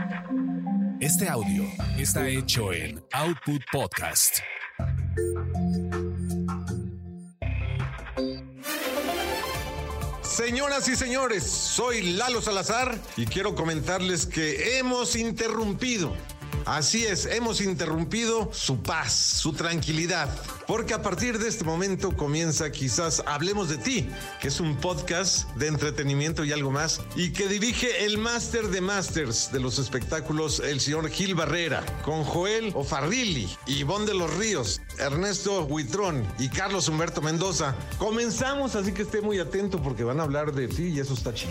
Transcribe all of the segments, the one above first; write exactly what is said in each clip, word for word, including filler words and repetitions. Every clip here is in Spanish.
Este audio está hecho en Output Podcast. Señoras y señores, soy Lalo Salazar y quiero comentarles que hemos interrumpido, así es, hemos interrumpido su paz, su tranquilidad, porque a partir de este momento comienza quizás Hablemos de Ti, que es un podcast de entretenimiento y algo más, y que dirige el máster de másters de los espectáculos, el señor Gil Barrera, con Joel Ofarrilli, Ivonne de los Ríos, Ernesto Huitrón y Carlos Humberto Mendoza. Comenzamos, así que esté muy atento porque van a hablar de ti y eso está chido.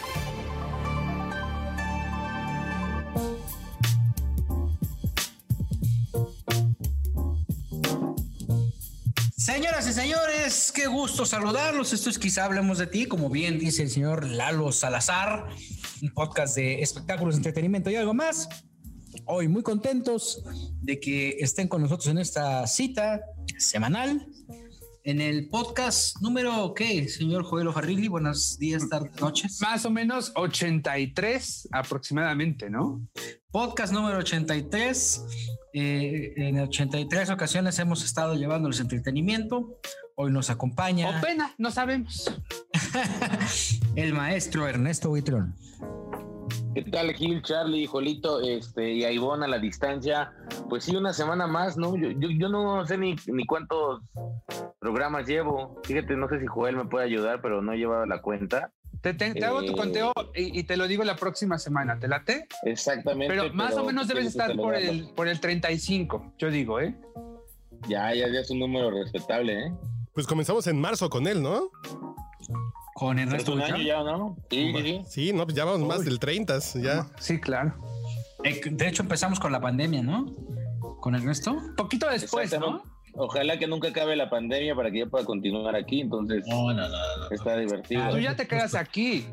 Señoras y señores, qué gusto saludarlos. Esto es Quizá Hablemos de Ti, como bien dice el señor Lalo Salazar, un podcast de espectáculos, entretenimiento y algo más. Hoy muy contentos de que estén con nosotros en esta cita semanal, en el podcast número, ¿qué, señor Joel Ofarrilli? Buenos días, tardes, noches. Más o menos ochenta y tres aproximadamente, ¿no? Podcast número ochenta y tres. Eh, en ochenta y tres ocasiones hemos estado llevándoles entretenimiento. Hoy nos acompaña... O pena, no sabemos. el maestro Ernesto Huitrón. ¿Qué tal, Gil, Charlie, Jolito, este, y a Ivonne a la distancia? Pues sí, una semana más, ¿no? Yo, yo, yo no sé ni, ni cuántos programas llevo. Fíjate, no sé si Joel me puede ayudar, pero no he llevado la cuenta. Te, te, te eh, hago tu conteo y, y te lo digo la próxima semana. ¿Te late? Exactamente. Pero más pero o menos debes estar por el, por el treinta y cinco, yo digo, ¿eh? Ya, ya, ya es un número respetable, ¿eh? Pues comenzamos en marzo con él, ¿no? Con el resto de año ya, ¿no? Sí, sí, sí. Sí, no, pues ya vamos Uy. más del treinta, ya. Sí, claro. De hecho, empezamos con la pandemia, ¿no? Con el resto. Poquito después, ¿no? Ojalá que nunca acabe la pandemia para que yo pueda continuar aquí, entonces no, no, no, no, está divertido. Tú ya te quedas aquí.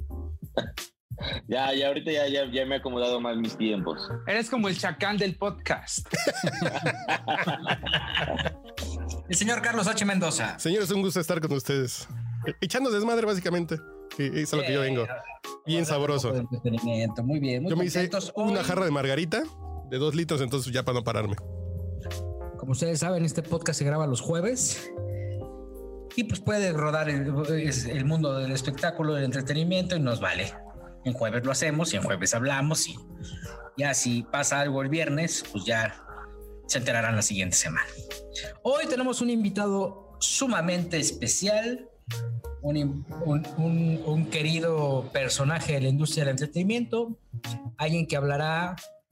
ya, ya, ahorita ya, ya, ya me he acomodado más mis tiempos. Eres como el chacal del podcast. El señor Carlos H. Mendoza. Señores, un gusto estar con ustedes. Echando desmadre, básicamente. Es a lo que yo vengo. Bien sabroso. Muy bien, muy Yo me hice hoy. una jarra de margarita de dos litros, entonces ya para no pararme. Como ustedes saben, este podcast se graba los jueves y pues puede rodar el, el mundo del espectáculo, del entretenimiento y nos vale. En jueves lo hacemos y en jueves hablamos y ya si pasa algo el viernes, pues ya se enterarán la siguiente semana. Hoy tenemos un invitado sumamente especial, un, un, un, un querido personaje de la industria del entretenimiento, alguien que hablará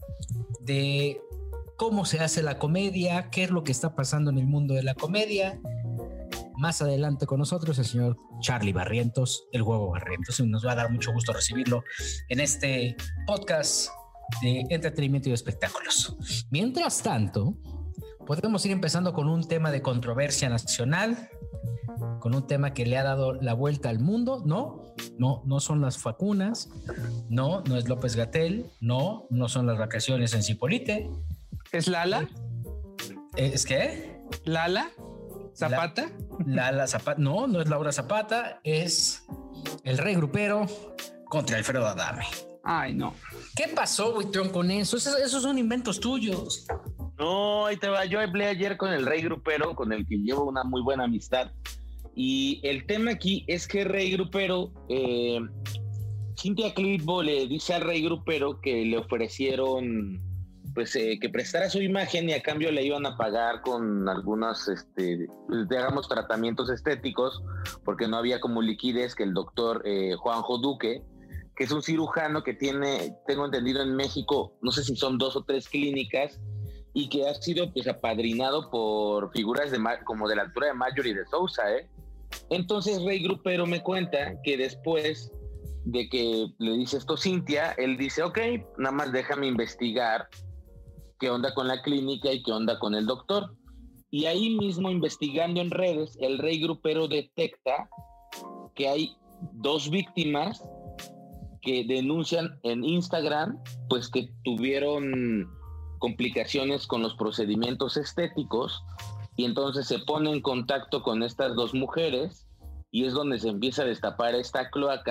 de cómo se hace la comedia, qué es lo que está pasando en el mundo de la comedia. Más adelante con nosotros el señor Charlie Barrientos, el Huevo Barrientos, y nos va a dar mucho gusto recibirlo en este podcast de entretenimiento y de espectáculos. Mientras tanto, podemos ir empezando con un tema de controversia nacional, con un tema que le ha dado la vuelta al mundo. No, no, no son las vacunas, no, no es López-Gatell, no, no son las vacaciones en Zipolite. ¿Es Lala? ¿Es qué? ¿Lala? ¿Zapata? La, Lala Zapata. No, no es Laura Zapata, es el Rey Grupero contra Alfredo Adame. Ay, no. ¿Qué pasó, Huitrón, con eso? Esos, esos son inventos tuyos. No, ahí te va. Yo hablé ayer con el Rey Grupero, con el que llevo una muy buena amistad. Y el tema aquí es que Rey Grupero, eh, Cynthia Clitbo le dice al Rey Grupero que le ofrecieron pues eh, que prestara su imagen y a cambio le iban a pagar con algunos, este, digamos, tratamientos estéticos, porque no había como liquidez, que el doctor eh, Juanjo Duque, que es un cirujano que tiene, tengo entendido en México, no sé si son dos o tres clínicas, y que ha sido pues apadrinado por figuras de como de la altura de Marjorie de Sousa, ¿eh? Entonces Rey Grupero me cuenta que después de que le dice esto Cynthia, él dice, ok, nada más déjame investigar qué onda con la clínica y qué onda con el doctor. Y ahí mismo, investigando en redes, el Rey Grupero detecta que hay dos víctimas que denuncian en Instagram, pues que tuvieron complicaciones con los procedimientos estéticos, y entonces se pone en contacto con estas dos mujeres y es donde se empieza a destapar esta cloaca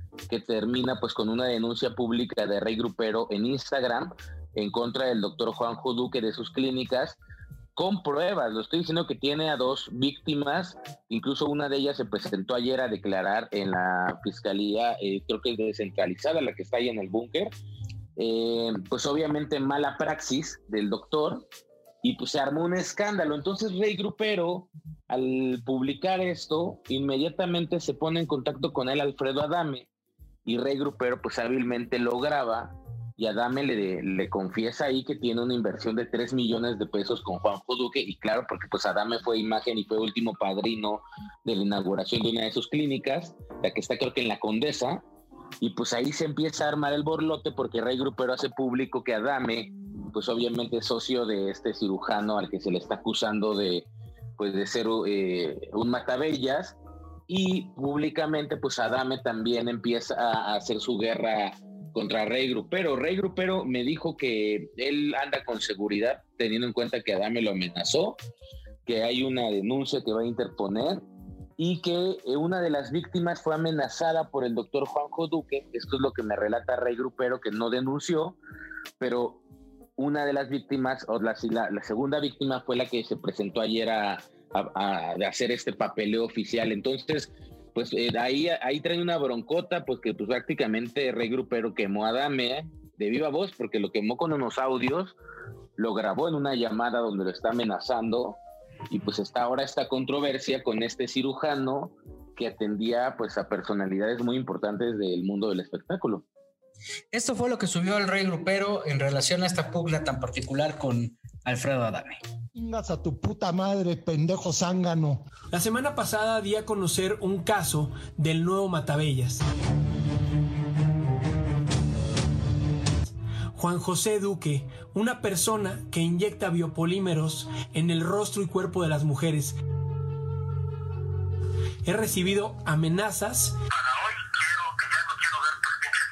que termina pues con una denuncia pública de Rey Grupero en Instagram en contra del doctor Juanjo Duque de sus clínicas, con pruebas. Lo estoy diciendo que tiene a dos víctimas, incluso una de ellas se presentó ayer a declarar en la fiscalía, eh, creo que es descentralizada, la que está ahí en el búnker. Eh, pues obviamente mala praxis del doctor, y pues se armó un escándalo. Entonces Rey Grupero, al publicar esto, inmediatamente se pone en contacto con él Alfredo Adame, y Rey Grupero pues hábilmente lo graba, y Adame le, le confiesa ahí que tiene una inversión de tres millones de pesos con Juanjo Duque, y claro, porque pues Adame fue imagen y fue último padrino de la inauguración de una de sus clínicas, la que está creo que en la Condesa, y pues ahí se empieza a armar el borlote porque Rey Grupero hace público que Adame, pues obviamente es socio de este cirujano al que se le está acusando de, pues de ser eh, un matabellas, y públicamente pues Adame también empieza a hacer su guerra contra Rey Grupero. Rey Grupero me dijo que él anda con seguridad, teniendo en cuenta que Adame lo amenazó, que hay una denuncia que va a interponer y que una de las víctimas fue amenazada por el doctor Juanjo Duque. Esto es lo que me relata Rey Grupero, que no denunció, pero una de las víctimas, o la, la, la segunda víctima fue la que se presentó ayer a, a, a hacer este papeleo oficial. Entonces, pues eh, ahí, ahí trae una broncota, pues que pues prácticamente Rey Grupero quemó a Adame, ¿eh? de viva voz, porque lo quemó con unos audios, lo grabó en una llamada donde lo está amenazando, y pues está ahora esta controversia con este cirujano que atendía pues a personalidades muy importantes del mundo del espectáculo. Esto fue lo que subió el Rey Grupero en relación a esta pugna tan particular con Alfredo Adame. Chingas a tu puta madre, pendejo zángano. La semana pasada di a conocer un caso del nuevo Matabellas. Juan José Duque, una persona que inyecta biopolímeros en el rostro y cuerpo de las mujeres. He recibido amenazas. Para hoy quiero que ya no quiero ver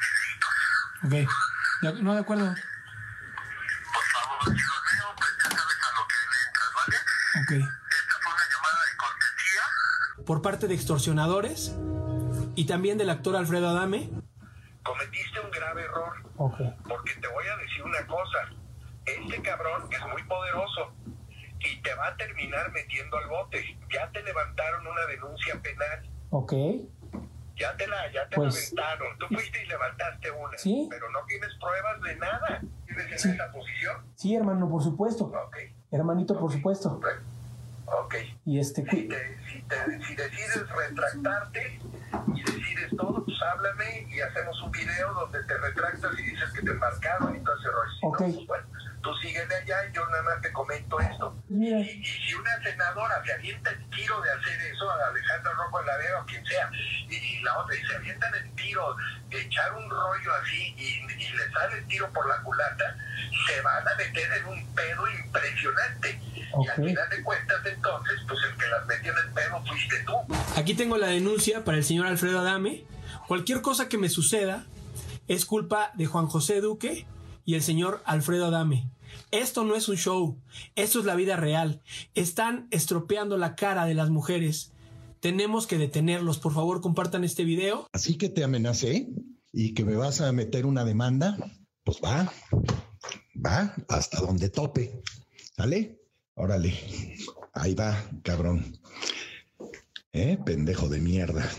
tus pinches visitos. Ok, no, de acuerdo. Por favor, si los veo, pues ya sabes a lo que le entras, ¿vale? Ok. Esta fue una llamada de cortesía. Por parte de extorsionadores y también del actor Alfredo Adame. Cometiste un grave error. Ok. Porque te voy a decir una cosa. Este cabrón es muy poderoso y te va a terminar metiendo al bote. Ya te levantaron una denuncia penal. Ok. Ya te la, ya te Pues, la aventaron. Tú fuiste y levantaste una. ¿Sí? Pero no tienes pruebas de nada. ¿Tienes en Sí. esa posición? Sí, hermano, por supuesto. Ok. Hermanito, por supuesto. Ok. Y este... Si, te, si, te, si decides retractarte y decides todo, pues háblame y hacemos un video donde te retractas y dices que te embarcaron y todo ese rollo. Si Ok. no, pues bueno, tú síguele allá y yo nada más te comento esto. Mira. Y, y si una senadora se avienta el tiro de hacer eso, a Alejandra Rojo la Vega o quien sea, y, y la otra, y se avientan el tiro de echar un rollo así y, y le sale el tiro por la culata, se van a meter en un pedo impresionante. Ok. Y al final de cuentas, entonces, pues el que las metió en el pedo fuiste tú. Aquí tengo la denuncia para el señor Alfredo Adame. Cualquier cosa que me suceda es culpa de Juan José Duque y el señor Alfredo Adame. Esto no es un show, esto es la vida real. Están estropeando la cara de las mujeres. Tenemos que detenerlos. Por favor, compartan este video. Así que te amenacé y que me vas a meter una demanda, pues va, va hasta donde tope. ¿Sale? Órale, ahí va, cabrón. ¿Eh? Pendejo de mierda.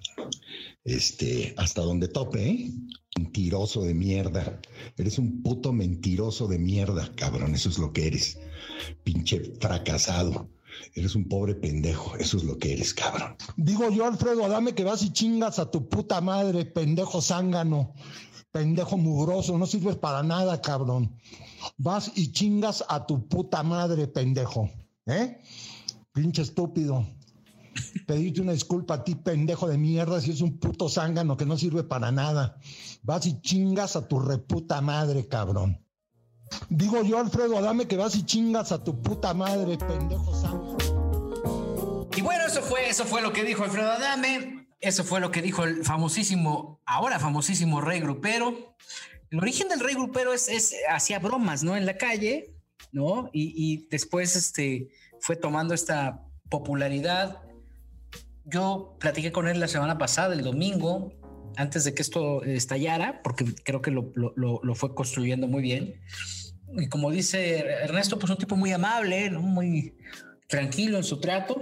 Este, hasta donde tope, ¿eh? Mentiroso de mierda. Eres un puto mentiroso de mierda, cabrón. Eso es lo que eres. Pinche fracasado. Eres un pobre pendejo. Eso es lo que eres, cabrón. Digo yo, Alfredo Adame, que vas y chingas a tu puta madre, pendejo zángano. Pendejo mugroso. No sirves para nada, cabrón. Vas y chingas a tu puta madre, pendejo. ¿Eh? Pinche estúpido. Pedirte una disculpa a ti, pendejo de mierda, si es un puto zángano que no sirve para nada. Vas y chingas a tu reputa madre, cabrón. Digo yo, Alfredo Adame, que vas y chingas a tu puta madre, pendejo zángano. Y bueno, eso fue, eso fue lo que dijo Alfredo Adame. Eso fue lo que dijo el famosísimo, ahora famosísimo Rey Grupero. El origen del Rey Grupero es, es hacía bromas, ¿no? En la calle, ¿no? Y, y después este, fue tomando esta popularidad. Yo platiqué con él la semana pasada, el domingo, antes de que esto estallara, porque creo que lo, lo, lo fue construyendo muy bien. Y como dice Ernesto, pues un tipo muy amable, ¿no? Muy tranquilo en su trato.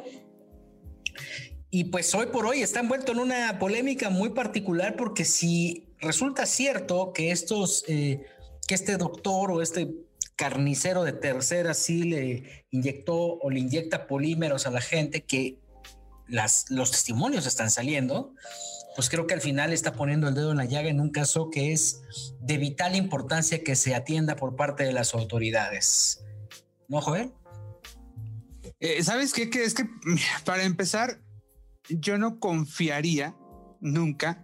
Y pues hoy por hoy está envuelto en una polémica muy particular, porque si resulta cierto que estos, eh, que este doctor o este carnicero de tercera sí le inyectó o le inyecta polímeros a la gente, que las, los testimonios están saliendo, pues creo que al final está poniendo el dedo en la llaga en un caso que es de vital importancia que se atienda por parte de las autoridades. ¿No, Joel? Eh, ¿Sabes qué? Que es que para empezar, yo no confiaría nunca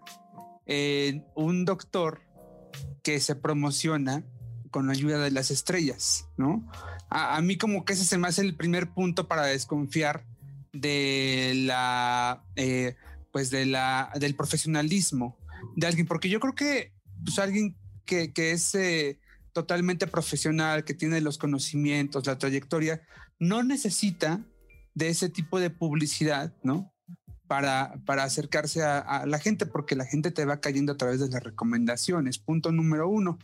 en un doctor que se promociona con la ayuda de las estrellas, ¿no? A, a mí como que ese se me hace el primer punto para desconfiar de la, eh, pues de la, del profesionalismo de alguien, porque yo creo que pues alguien que, que es eh, totalmente profesional, que tiene los conocimientos, la trayectoria, no necesita de ese tipo de publicidad, ¿no? Para, para acercarse a, a la gente, porque la gente te va cayendo a través de las recomendaciones. Punto número uno.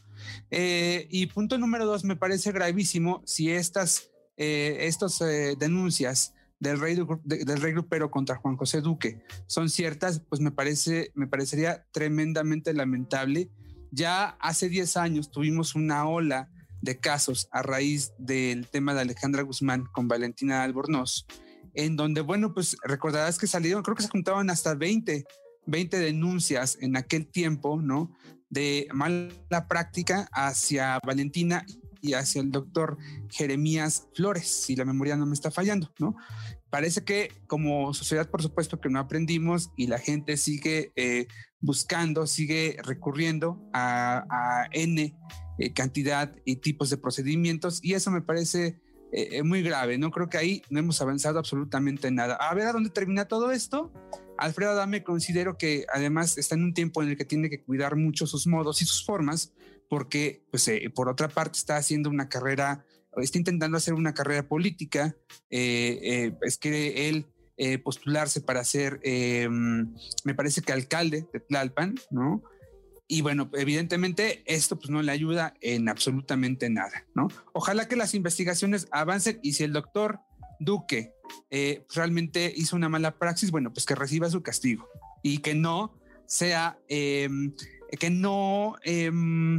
Eh, y punto número dos, me parece gravísimo si estas eh, estos, eh, denuncias del rey, de, del rey grupero contra Juan José Duque son ciertas, pues me, parece, me parecería tremendamente lamentable. Ya hace diez años tuvimos una ola de casos a raíz del tema de Alejandra Guzmán con Valentina Albornoz, en donde, bueno, pues recordarás que salieron, creo que se juntaban hasta veinte, veinte denuncias en aquel tiempo, ¿no? De mala práctica hacia Valentina y hacia el doctor Jeremías Flores, si la memoria no me está fallando, ¿no? Parece que como sociedad, por supuesto que no aprendimos y la gente sigue eh, buscando, sigue recurriendo a, a N eh, cantidad y tipos de procedimientos, y eso me parece Eh, muy grave, ¿no? Creo que ahí no hemos avanzado absolutamente nada. A ver a dónde termina todo esto. Alfredo Adame considero que además está en un tiempo en el que tiene que cuidar mucho sus modos y sus formas, porque pues eh, por otra parte está haciendo una carrera, está intentando hacer una carrera política, eh, eh, es que él eh, postularse para ser, eh, me parece que alcalde de Tlalpan, ¿no? Y bueno, evidentemente esto pues no le ayuda en absolutamente nada, ¿no? Ojalá que las investigaciones avancen, y si el doctor Duque eh, realmente hizo una mala praxis, bueno, pues que reciba su castigo y que no sea, eh, que no eh,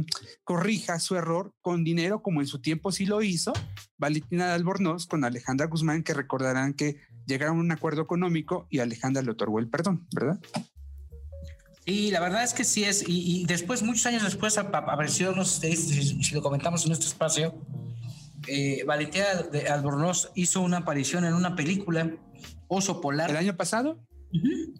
corrija su error con dinero, como en su tiempo sí lo hizo Valentina de Albornoz con Alejandra Guzmán, que recordarán que llegaron a un acuerdo económico y Alejandra le otorgó el perdón, ¿verdad? Sí, la verdad es que sí es, y, y después, muchos años después, apareció, no sé si, si lo comentamos en este espacio, eh, Valentina de Albornoz hizo una aparición en una película, Oso Polar. ¿El año pasado? Uh-huh.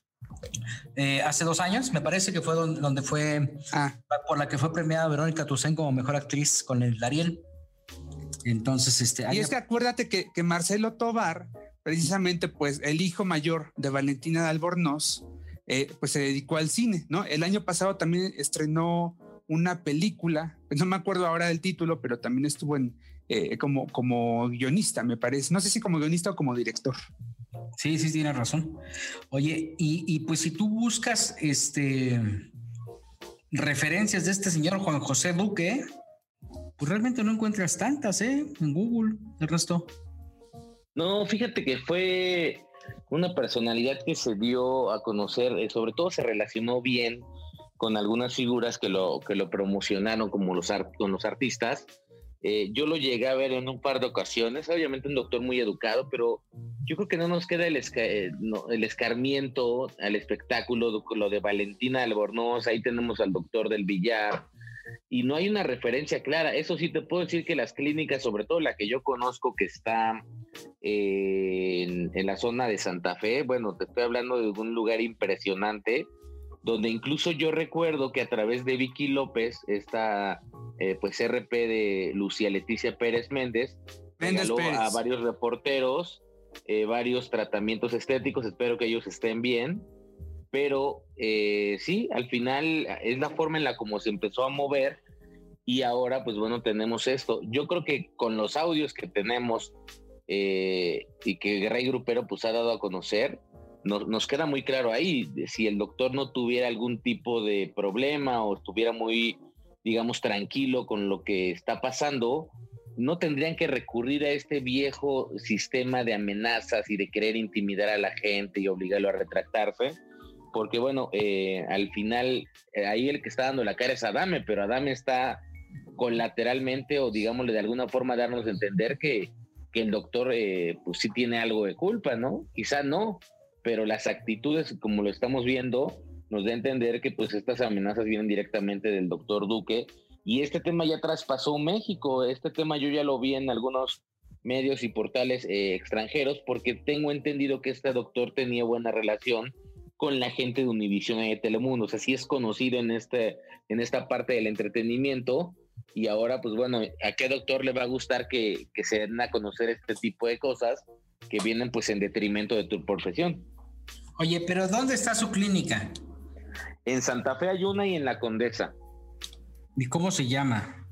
Eh, hace dos años, me parece que fue donde, donde fue, ah. por la que fue premiada Verónica Toussaint como mejor actriz con el Ariel. Entonces, este... Y año... es que acuérdate que, que Marcelo Tovar, precisamente, pues, el hijo mayor de Valentina de Albornoz, Eh, pues se dedicó al cine, ¿no? El año pasado también estrenó una película, no me acuerdo ahora del título, pero también estuvo en, eh, como, como guionista, me parece. No sé si como guionista o como director. Sí, sí, tienes razón. Oye, y, y pues si tú buscas este referencias de este señor Juan José Duque, pues realmente no encuentras tantas, ¿eh? En Google, el resto. No, fíjate que fue una personalidad que se dio a conocer, eh, sobre todo se relacionó bien con algunas figuras que lo, que lo promocionaron como los, art, con los artistas. Eh, yo lo llegué a ver en un par de ocasiones, obviamente un doctor muy educado, pero yo creo que no nos queda el, esca, eh, no, el escarmiento al espectáculo, lo de Valentina Albornoz, ahí tenemos al doctor del Villar, y no hay una referencia clara. Eso sí te puedo decir que las clínicas, sobre todo la que yo conozco que está eh, en, en la zona de Santa Fe, bueno, te estoy hablando de un lugar impresionante, donde incluso yo recuerdo que a través de Vicky López, esta eh, pues R P de Lucía Leticia Pérez Méndez, Méndez regaló Pérez. a varios reporteros eh, varios tratamientos estéticos, espero que ellos estén bien, pero eh, sí, al final es la forma en la como se empezó a mover, y ahora pues bueno, tenemos esto. Yo creo que con los audios que tenemos eh, y que Rey Grupero pues ha dado a conocer, nos, nos queda muy claro ahí, si el doctor no tuviera algún tipo de problema o estuviera muy, digamos, tranquilo con lo que está pasando, no tendrían que recurrir a este viejo sistema de amenazas y de querer intimidar a la gente y obligarlo a retractarse, porque bueno, eh, al final eh, ahí el que está dando la cara es Adame, pero Adame está colateralmente o digámosle de alguna forma darnos a entender que, que el doctor eh, pues sí tiene algo de culpa, ¿no? Quizá no, pero las actitudes como lo estamos viendo nos da a entender que pues estas amenazas vienen directamente del doctor Duque, y este tema ya traspasó México. Este tema yo ya lo vi en algunos medios y portales eh, extranjeros, porque tengo entendido que este doctor tenía buena relación con la gente de Univisión y de Telemundo, o sea, sí es conocido en, este, en esta parte del entretenimiento, y ahora pues bueno, ¿a qué doctor le va a gustar que, que se den a conocer este tipo de cosas que vienen pues en detrimento de tu profesión? Oye, pero ¿dónde está su clínica? En Santa Fe hay una y en La Condesa. ¿Y cómo se llama?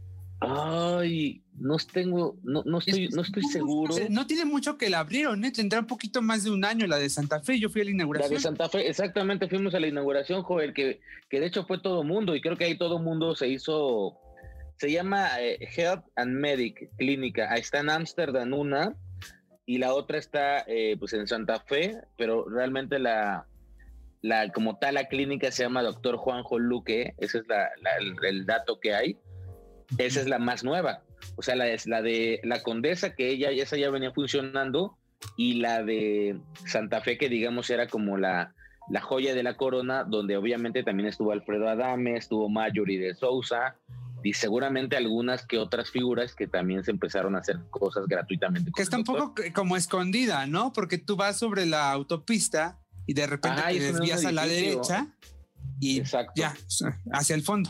Ay, no tengo, no, no estoy, no estoy seguro. No tiene mucho que la abrieron, ¿eh? Tendrá un poquito más de un año la de Santa Fe. Yo fui a la inauguración. La de Santa Fe, exactamente, fuimos a la inauguración, joven, que, que de hecho fue todo mundo, y creo que ahí todo mundo se hizo, se llama eh, Health and Medic Clínica. Ahí está en Ámsterdam una, y la otra está eh, pues en Santa Fe, pero realmente la, la como tal la clínica se llama Doctor Juanjo Luque. Ese es la, la, el, el dato que hay. Esa es la más nueva, o sea, la, la de La Condesa, que ella esa ya venía funcionando, y la de Santa Fe, que digamos era como la, la joya de la corona, donde obviamente también estuvo Alfredo Adame, estuvo Marjorie de Sousa, y seguramente algunas que otras figuras que también se empezaron a hacer cosas gratuitamente. Que está un poco como escondida, ¿no? Porque tú vas sobre la autopista y de repente Ajá, te desvías a la derecha y Exacto. ya, hacia el fondo.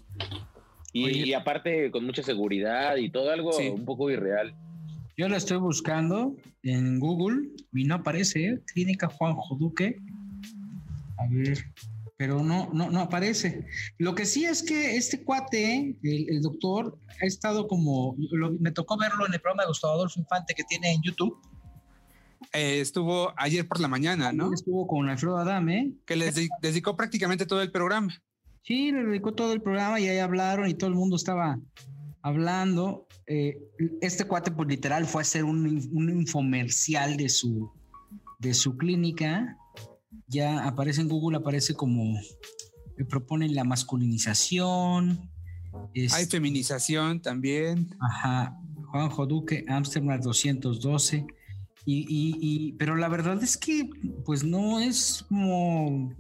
Y, y aparte con mucha seguridad y todo, algo sí. un poco irreal. Yo la estoy buscando en Google y no aparece, ¿eh? Clínica Juanjo Duque. A ver, pero no, no, no aparece. Lo que sí es que este cuate, el, el doctor, ha estado como, lo, me tocó verlo en el programa de Gustavo Adolfo Infante que tiene en YouTube. Eh, estuvo ayer por la mañana, ¿no? Estuvo con Alfredo Adame. Que les de- dedicó prácticamente todo el programa. Sí, le dedicó todo el programa y ahí hablaron y todo el mundo estaba hablando. Eh, este cuate, pues literal, fue a hacer un, un infomercial de su, de su clínica. Ya aparece en Google, aparece como que proponen la masculinización. Es, Hay feminización también. Ajá, Juanjo Duque, Ámsterdam doscientos doce. Y, y, y, pero la verdad es que, pues no es como...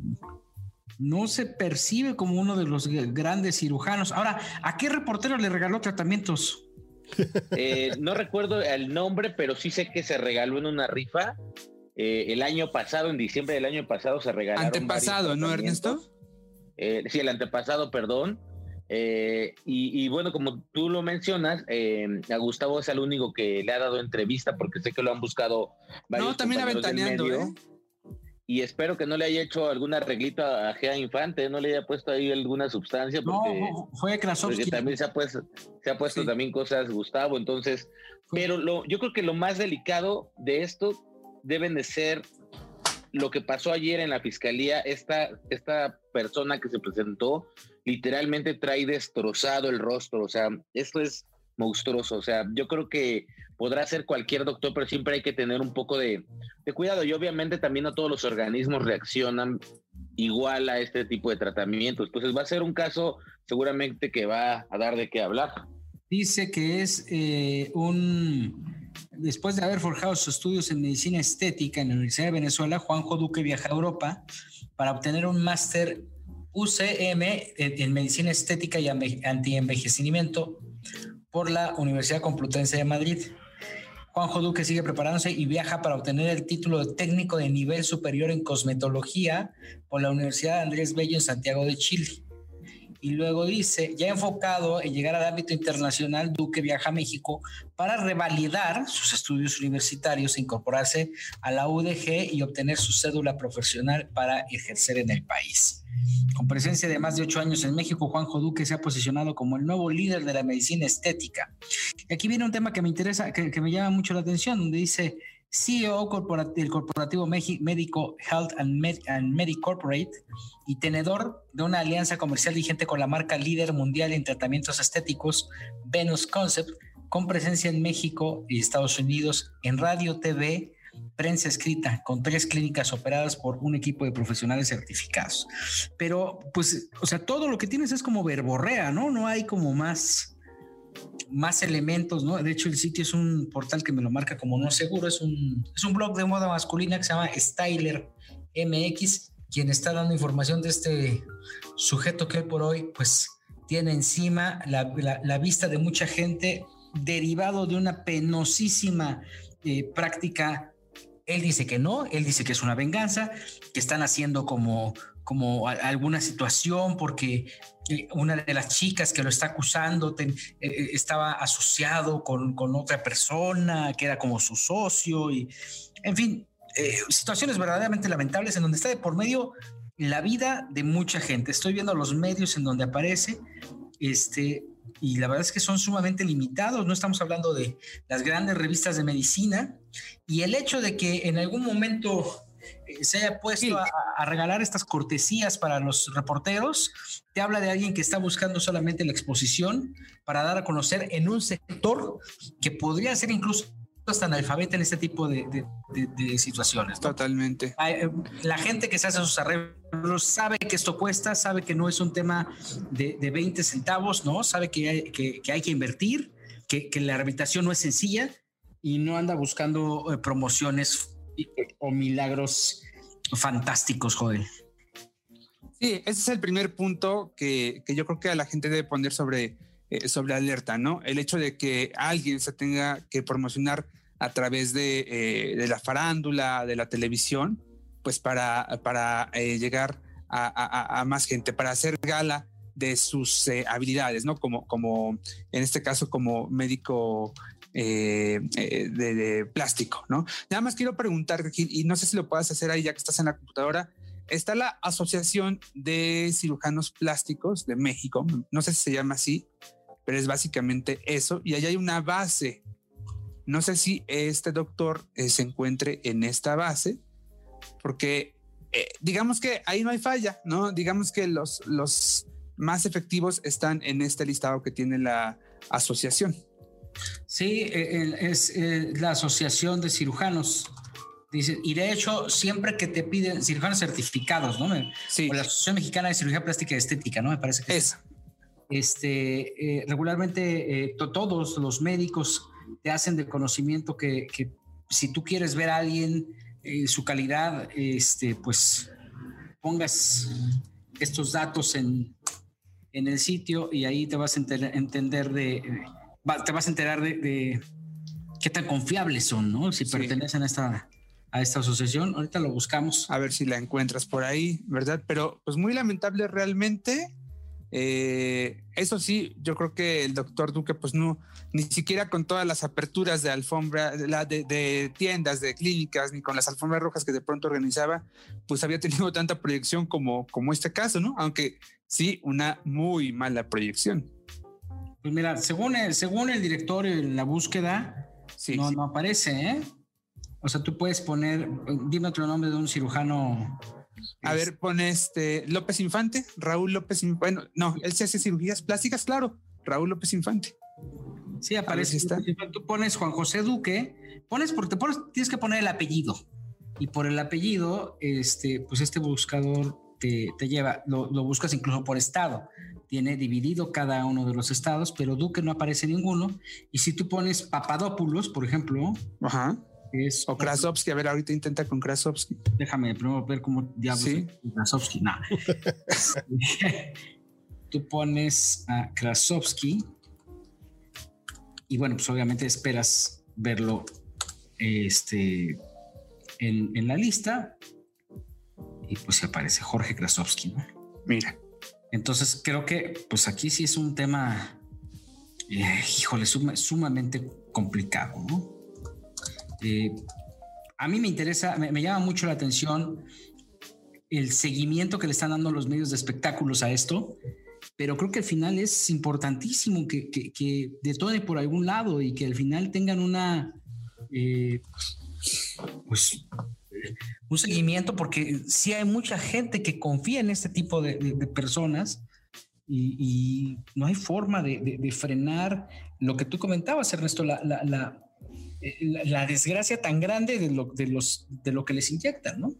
no se percibe como uno de los grandes cirujanos. Ahora, ¿a qué reportero le regaló tratamientos? Eh, no recuerdo el nombre, pero sí sé que se regaló en una rifa. Eh, el año pasado, en diciembre del año pasado, se regalaron. Antepasado, ¿no, Ernesto? Eh, sí, el antepasado, perdón. Eh, y, y bueno, como tú lo mencionas, eh, a Gustavo es el único que le ha dado entrevista, porque sé que lo han buscado varios. No, también aventaneando, ¿eh? Y espero que no le haya hecho algún arreglito a Gea Infante, no le haya puesto ahí alguna sustancia, porque, no, fue Krasovsky. Porque también se ha puesto, se ha puesto sí. también cosas Gustavo, entonces, pero lo, yo creo que lo más delicado de esto deben de ser lo que pasó ayer en la fiscalía. Esta, esta persona que se presentó literalmente trae destrozado el rostro, o sea, esto es monstruoso, o sea, yo creo que podrá ser cualquier doctor, pero siempre hay que tener un poco de, de cuidado, y obviamente también no todos los organismos reaccionan igual a este tipo de tratamientos. Entonces va a ser un caso seguramente que va a dar de qué hablar. Dice que es eh, un... Después de haber forjado sus estudios en medicina estética en la Universidad de Venezuela, Juanjo Duque viaja a Europa para obtener un máster U C M en, en medicina estética y antienvejecimiento por la Universidad Complutense de Madrid. Juanjo Duque sigue preparándose y viaja para obtener el título de técnico de nivel superior en cosmetología por la Universidad Andrés Bello en Santiago de Chile. Y luego dice, ya enfocado en llegar al ámbito internacional, Duque viaja a México para revalidar sus estudios universitarios e incorporarse a la U D G y obtener su cédula profesional para ejercer en el país. Con presencia de más de ocho años en México, Juanjo Duque se ha posicionado como el nuevo líder de la medicina estética. Y aquí viene un tema que me interesa, que, que me llama mucho la atención, donde dice, C E O del corporativo médico Health and, Med and Medic Corporate y tenedor de una alianza comercial vigente con la marca líder mundial en tratamientos estéticos Venus Concept, con presencia en México y Estados Unidos en radio, T V, prensa escrita, con tres clínicas operadas por un equipo de profesionales certificados. Pero, pues, o sea, todo lo que tienes es como verborrea, ¿no? No hay como más, más elementos, ¿no? De hecho, el sitio es un portal que me lo marca como no seguro. Es un, es un blog de moda masculina que se llama Styler M X, quien está dando información de este sujeto que hoy por hoy, pues, tiene encima la, la, la vista de mucha gente, derivado de una penosísima eh, práctica. Él dice que no, él dice que es una venganza, que están haciendo como, como a, alguna situación porque una de las chicas que lo está acusando te, eh, estaba asociado con, con otra persona que era como su socio y, en fin, eh, situaciones verdaderamente lamentables en donde está de por medio la vida de mucha gente. Estoy viendo los medios en donde aparece, este... y la verdad es que son sumamente limitados. No estamos hablando de las grandes revistas de medicina, y el hecho de que en algún momento eh, se haya puesto sí. a, a regalar estas cortesías para los reporteros, te habla de alguien que está buscando solamente la exposición para dar a conocer en un sector que podría ser incluso hasta analfabeta en este tipo de, de, de, de situaciones, ¿no? Totalmente. La gente que se hace sus arreglos sabe que esto cuesta, sabe que no es un tema de, de veinte centavos, ¿no? Sabe que hay que, que, hay que invertir, que, que la rehabilitación no es sencilla y no anda buscando eh, promociones o milagros fantásticos, Joel. Sí, ese es el primer punto que, que yo creo que a la gente debe poner sobre... sobre alerta, ¿no? El hecho de que alguien se tenga que promocionar a través de, eh, de la farándula, de la televisión, pues para, para eh, llegar a, a, a más gente, para hacer gala de sus eh, habilidades, ¿no? Como, como en este caso como médico eh, eh, de, de plástico, ¿no? Nada más quiero preguntar, y no sé si lo puedas hacer ahí ya que estás en la computadora. Está la Asociación de Cirujanos Plásticos de México, no sé si se llama así, pero es básicamente eso, y allá hay una base. No sé si este doctor eh, se encuentre en esta base, porque eh, digamos que ahí no hay falla, ¿no? Digamos que los, los más efectivos están en este listado que tiene la asociación. Sí, eh, es eh, la Asociación de Cirujanos. Dice, y de hecho, siempre que te piden cirujanos certificados, ¿no? Sí. O la Asociación Mexicana de Cirugía Plástica y Estética, ¿no? Me parece que es. Este, eh, regularmente eh, to, todos los médicos te hacen de conocimiento que, que si tú quieres ver a alguien, eh, su calidad, este, pues pongas estos datos en, en el sitio y ahí te vas a enter, entender de, eh, va, te vas a enterar de, de qué tan confiables son, ¿no? Si sí. pertenecen a esta, a esta asociación. Ahorita lo buscamos. A ver si la encuentras por ahí, ¿verdad? Pero pues muy lamentable realmente. Eh, eso sí, yo creo que el doctor Duque, pues no, ni siquiera con todas las aperturas de alfombra, de, la, de, de tiendas, de clínicas, ni con las alfombras rojas que de pronto organizaba, pues había tenido tanta proyección como, como este caso, ¿no? Aunque sí, una muy mala proyección. Pues mira, según el, según el directorio en la búsqueda, sí, no, sí. no aparece, ¿eh? O sea, tú puedes poner, dime otro nombre de un cirujano. A ver, pone este López Infante, Raúl López Infante. Bueno, no, él se hace cirugías plásticas, claro. Raúl López Infante. Sí, aparece. Si tú pones Juan José Duque, pones porque te pones, tienes que poner el apellido. Y por el apellido, este, pues este buscador te, te lleva, lo, lo buscas incluso por estado. Tiene dividido cada uno de los estados, pero Duque no aparece ninguno. Y si tú pones Papadopoulos, por ejemplo. Ajá. Es, o Krasovsky, a ver, ahorita intenta con Krasovsky. Déjame primero ver cómo diablos. Sí. Krasovsky, no. Tú pones a Krasovsky y bueno, pues obviamente esperas verlo este, en, en la lista y pues se aparece Jorge Krasovsky, ¿no? Mira. Entonces creo que pues aquí sí es un tema, eh, híjole, suma, sumamente complicado, ¿no? Eh, a mí me interesa, me, me llama mucho la atención el seguimiento que le están dando los medios de espectáculos a esto, pero creo que al final es importantísimo que, que, que detone por algún lado y que al final tengan una, eh, pues, un seguimiento, porque sí hay mucha gente que confía en este tipo de, de, de personas y, y no hay forma de, de, de frenar lo que tú comentabas, Ernesto, la, la, la, la, la desgracia tan grande de lo, de, los, de lo que les inyectan, ¿no?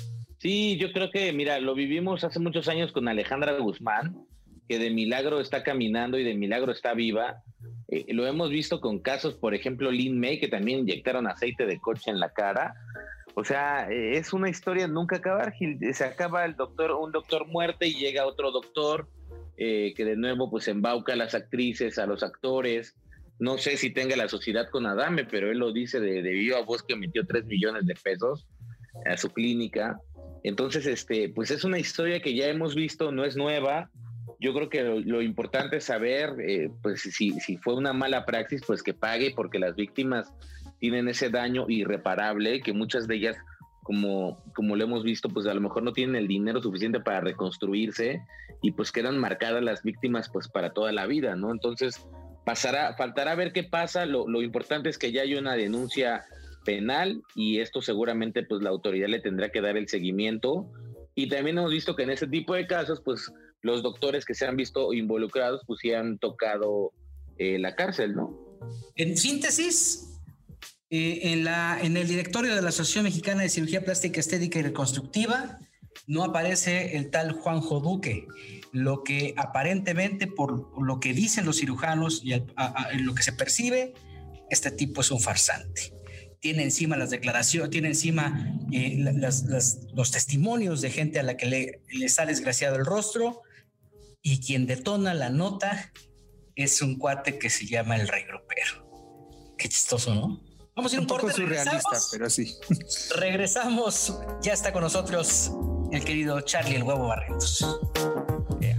Sí, yo creo que, mira, lo vivimos hace muchos años con Alejandra Guzmán, que de milagro está caminando y de milagro está viva. Eh, lo hemos visto con casos, por ejemplo, Lin May, que también inyectaron aceite de coche en la cara. O sea, eh, es una historia nunca acabar, Gil. Se acaba el doctor, un doctor muerte y llega otro doctor eh, que de nuevo pues embauca a las actrices, a los actores. No sé si tenga la sociedad con Adame, pero él lo dice de, de viva voz que metió tres millones de pesos a su clínica. Entonces, este, pues es una historia que ya hemos visto, no es nueva. Yo creo que lo, lo importante es saber, eh, pues si, si fue una mala praxis, pues que pague, porque las víctimas tienen ese daño irreparable, que muchas de ellas, como, como lo hemos visto, pues a lo mejor no tienen el dinero suficiente para reconstruirse y pues quedan marcadas las víctimas pues para toda la vida, ¿no? Entonces, pasará, faltará ver qué pasa. Lo, lo importante es que ya hay una denuncia penal y esto seguramente pues la autoridad le tendrá que dar el seguimiento. Y también hemos visto que en ese tipo de casos, pues los doctores que se han visto involucrados, pues sí han tocado eh, la cárcel, ¿no? En síntesis, eh, en, la, en el directorio de la Asociación Mexicana de Cirugía Plástica, Estética y Reconstructiva no aparece el tal Juanjo Duque, lo que aparentemente, por lo que dicen los cirujanos y a, a, a, lo que se percibe, este tipo es un farsante. Tiene encima las declaraciones, tiene encima eh, las, las, los testimonios de gente a la que le, les ha desgraciado el rostro, y quien detona la nota es un cuate que se llama el Rey Grupero. Qué chistoso, ¿no? Vamos a ir un, un poco corte, surrealista, pero sí. Regresamos, ya está con nosotros el querido Charlie el Huevo Barrientos. Yeah.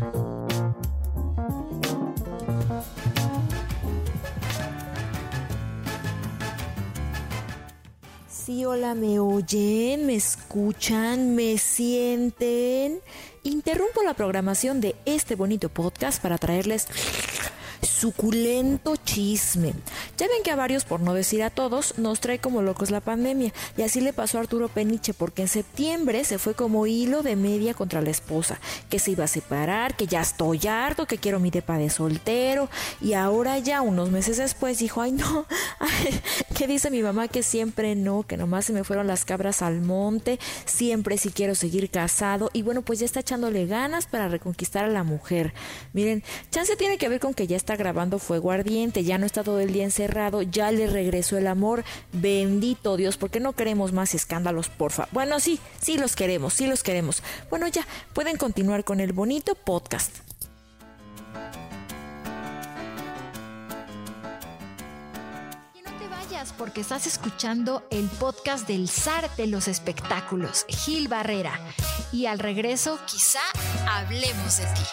Sí, hola, ¿me oyen? ¿Me escuchan? ¿Me sienten? Interrumpo la programación de este bonito podcast para traerles suculento chisme. Ya ven que a varios, por no decir a todos, nos trae como locos la pandemia, y así le pasó a Arturo Peniche, porque en septiembre se fue como hilo de media contra la esposa, que se iba a separar, que ya estoy harto, que quiero mi depa de soltero, y ahora ya unos meses después dijo, ay no, ay, que dice mi mamá que siempre no, que nomás se me fueron las cabras al monte, siempre sí quiero seguir casado, y bueno, pues ya está echándole ganas para reconquistar a la mujer. Miren, chance tiene que ver con que ya está grabando Fuego Ardiente, ya no está todo el día encerrado, ya le regresó el amor, bendito Dios, porque no queremos más escándalos, porfa. Bueno, sí, sí los queremos, sí los queremos. Bueno, ya, pueden continuar con el bonito podcast. Y no te vayas, porque estás escuchando el podcast del zar de los espectáculos, Gil Barrera. Y al regreso, quizá hablemos de ti.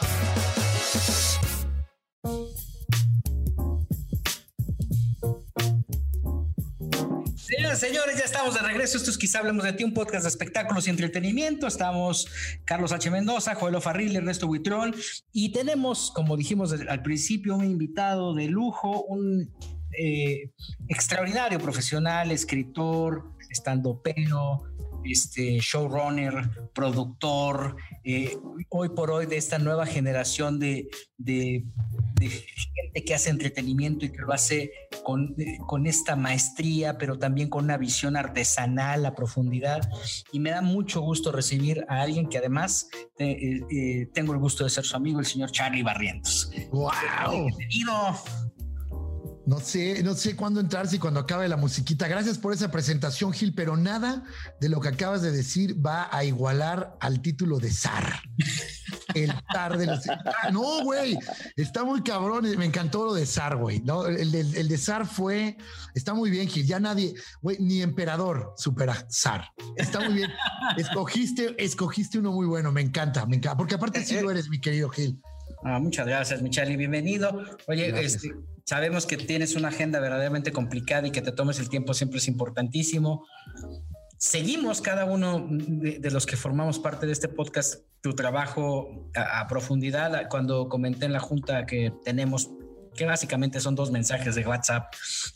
Señoras y señores, ya estamos de regreso. Esto es Quizá Hablemos de Ti, un podcast de espectáculos y entretenimiento. Estamos Carlos H. Mendoza, Joel Farril, Ernesto Buitrón, y tenemos, como dijimos al principio, un invitado de lujo, un eh, extraordinario profesional, escritor, estandopero, este, showrunner, productor, eh, hoy por hoy de esta nueva generación de, de, de gente que hace entretenimiento y que lo hace con, con esta maestría, pero también con una visión artesanal a profundidad. Y me da mucho gusto recibir a alguien que además eh, eh, tengo el gusto de ser su amigo, el señor Charlie Barrientos. ¡Wow! Bienvenido. No sé, no sé cuándo entrar, si cuando acabe la musiquita. Gracias por esa presentación, Gil, pero nada de lo que acabas de decir va a igualar al título de zar. El zar de los... No, güey, está muy cabrón. Me encantó lo de zar, güey. ¿No? El, el, el de zar fue... Está muy bien, Gil. Ya nadie... Güey, ni emperador supera zar. Está muy bien. Escogiste, escogiste uno muy bueno. Me encanta, me encanta. Porque aparte sí lo eres, mi querido Gil. Ah, muchas gracias, mi Charlie. Bienvenido. Oye, este, sabemos que tienes una agenda verdaderamente complicada y que te tomes el tiempo siempre es importantísimo. Seguimos cada uno de, de los que formamos parte de este podcast tu trabajo a, a profundidad. Cuando comenté en la junta que tenemos que básicamente son dos mensajes de WhatsApp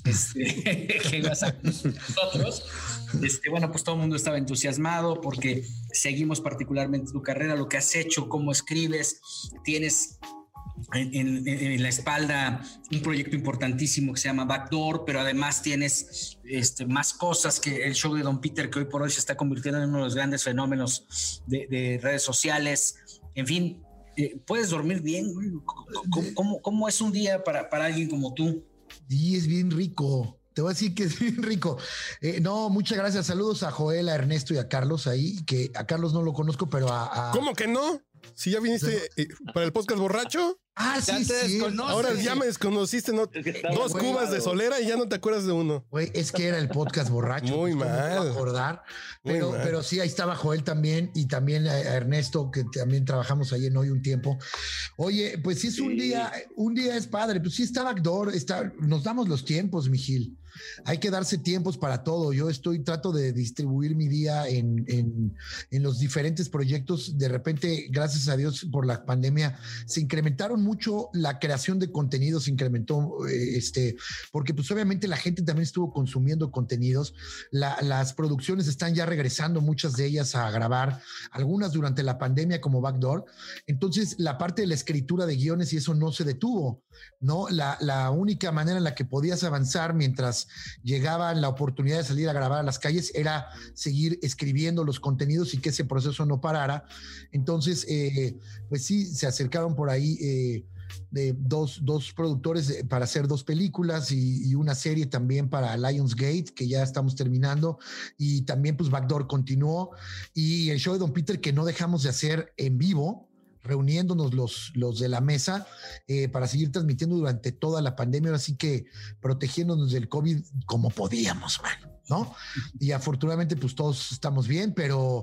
este, que WhatsApp nosotros. Este, bueno, pues todo el mundo estaba entusiasmado porque seguimos particularmente tu carrera, lo que has hecho, cómo escribes, tienes en, en, en la espalda un proyecto importantísimo que se llama Backdoor, pero además tienes este, más cosas que el show de Don Peter, que hoy por hoy se está convirtiendo en uno de los grandes fenómenos de, de redes sociales. En fin, eh, ¿puedes dormir bien? ¿Cómo, cómo, cómo es un día para, para alguien como tú? Sí, es bien rico. Te voy a decir que es bien rico. Eh, no, muchas gracias. Saludos a Joel, a Ernesto y a Carlos ahí, que a Carlos no lo conozco, pero a... a... ¿Cómo que no? Si ya viniste eh, para el podcast borracho. Ah, sí, sí. Ahora ya me desconociste, ¿no? Dos Güey, cubas de solera y ya no te acuerdas de uno. Güey, es que era el podcast borracho. Muy pues, mal. No me puedo acordar. Pero, mal. pero sí, ahí estaba Joel también y también a Ernesto, que también trabajamos ahí en Hoy un tiempo. Oye, pues sí es un día, un día es padre. Pues sí está Backdoor, está, nos damos los tiempos, mi Gil. Hay que darse tiempos para todo. Yo estoy, trato de distribuir mi día en, en, en los diferentes proyectos. De repente, gracias a Dios por la pandemia, se incrementaron mucho la creación de contenido, se incrementó, eh, este, porque pues obviamente la gente también estuvo consumiendo contenidos. La, las producciones están ya regresando, muchas de ellas a grabar, algunas durante la pandemia como Backdoor. Entonces, la parte de la escritura de guiones y eso no se detuvo, ¿no? La, la única manera en la que podías avanzar mientras llegaba la oportunidad de salir a grabar a las calles era seguir escribiendo los contenidos y que ese proceso no parara. Entonces, eh, pues sí, se acercaron por ahí eh, de dos, dos productores para hacer dos películas y, y una serie también para Lionsgate, que ya estamos terminando, y también pues Backdoor continuó, y el show de Don Peter que no dejamos de hacer en vivo, reuniéndonos los, los de la mesa eh, para seguir transmitiendo durante toda la pandemia, así que protegiéndonos del COVID como podíamos, man, ¿no? Y afortunadamente pues todos estamos bien, pero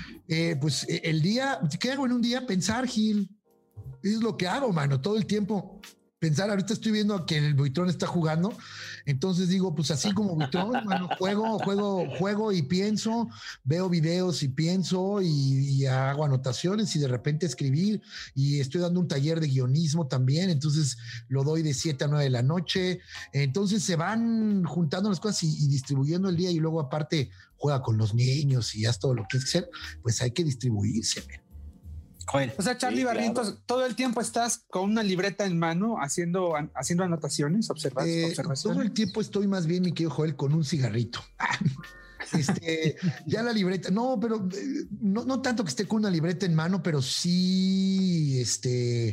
eh, pues el día, ¿qué hago en un día? Pensar, Gil, es lo que hago, mano, todo el tiempo. Pensar, ahorita estoy viendo que el Buitrón está jugando, entonces digo, pues así como Buitrón, mano, juego, juego, juego y pienso, veo videos y pienso y, y hago anotaciones y de repente escribir, y estoy dando un taller de guionismo también, entonces lo doy de siete a nueve de la noche, entonces se van juntando las cosas y, y distribuyendo el día, y luego aparte juega con los niños y haz todo lo que es hacer, pues hay que distribuirse, man. Joder. O sea, Charlie Sí, Barrientos, claro. todo el tiempo estás con una libreta en mano haciendo, haciendo anotaciones, observa- Eh, observaciones. todo el tiempo estoy más bien, mi querido Joel, con un cigarrito. Este, ya la libreta, no, pero eh, no, no tanto que esté con una libreta en mano, pero sí, este,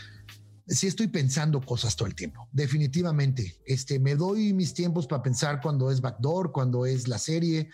sí estoy pensando cosas todo el tiempo, definitivamente. Este, me doy mis tiempos para pensar cuando es Backdoor, cuando es la serie,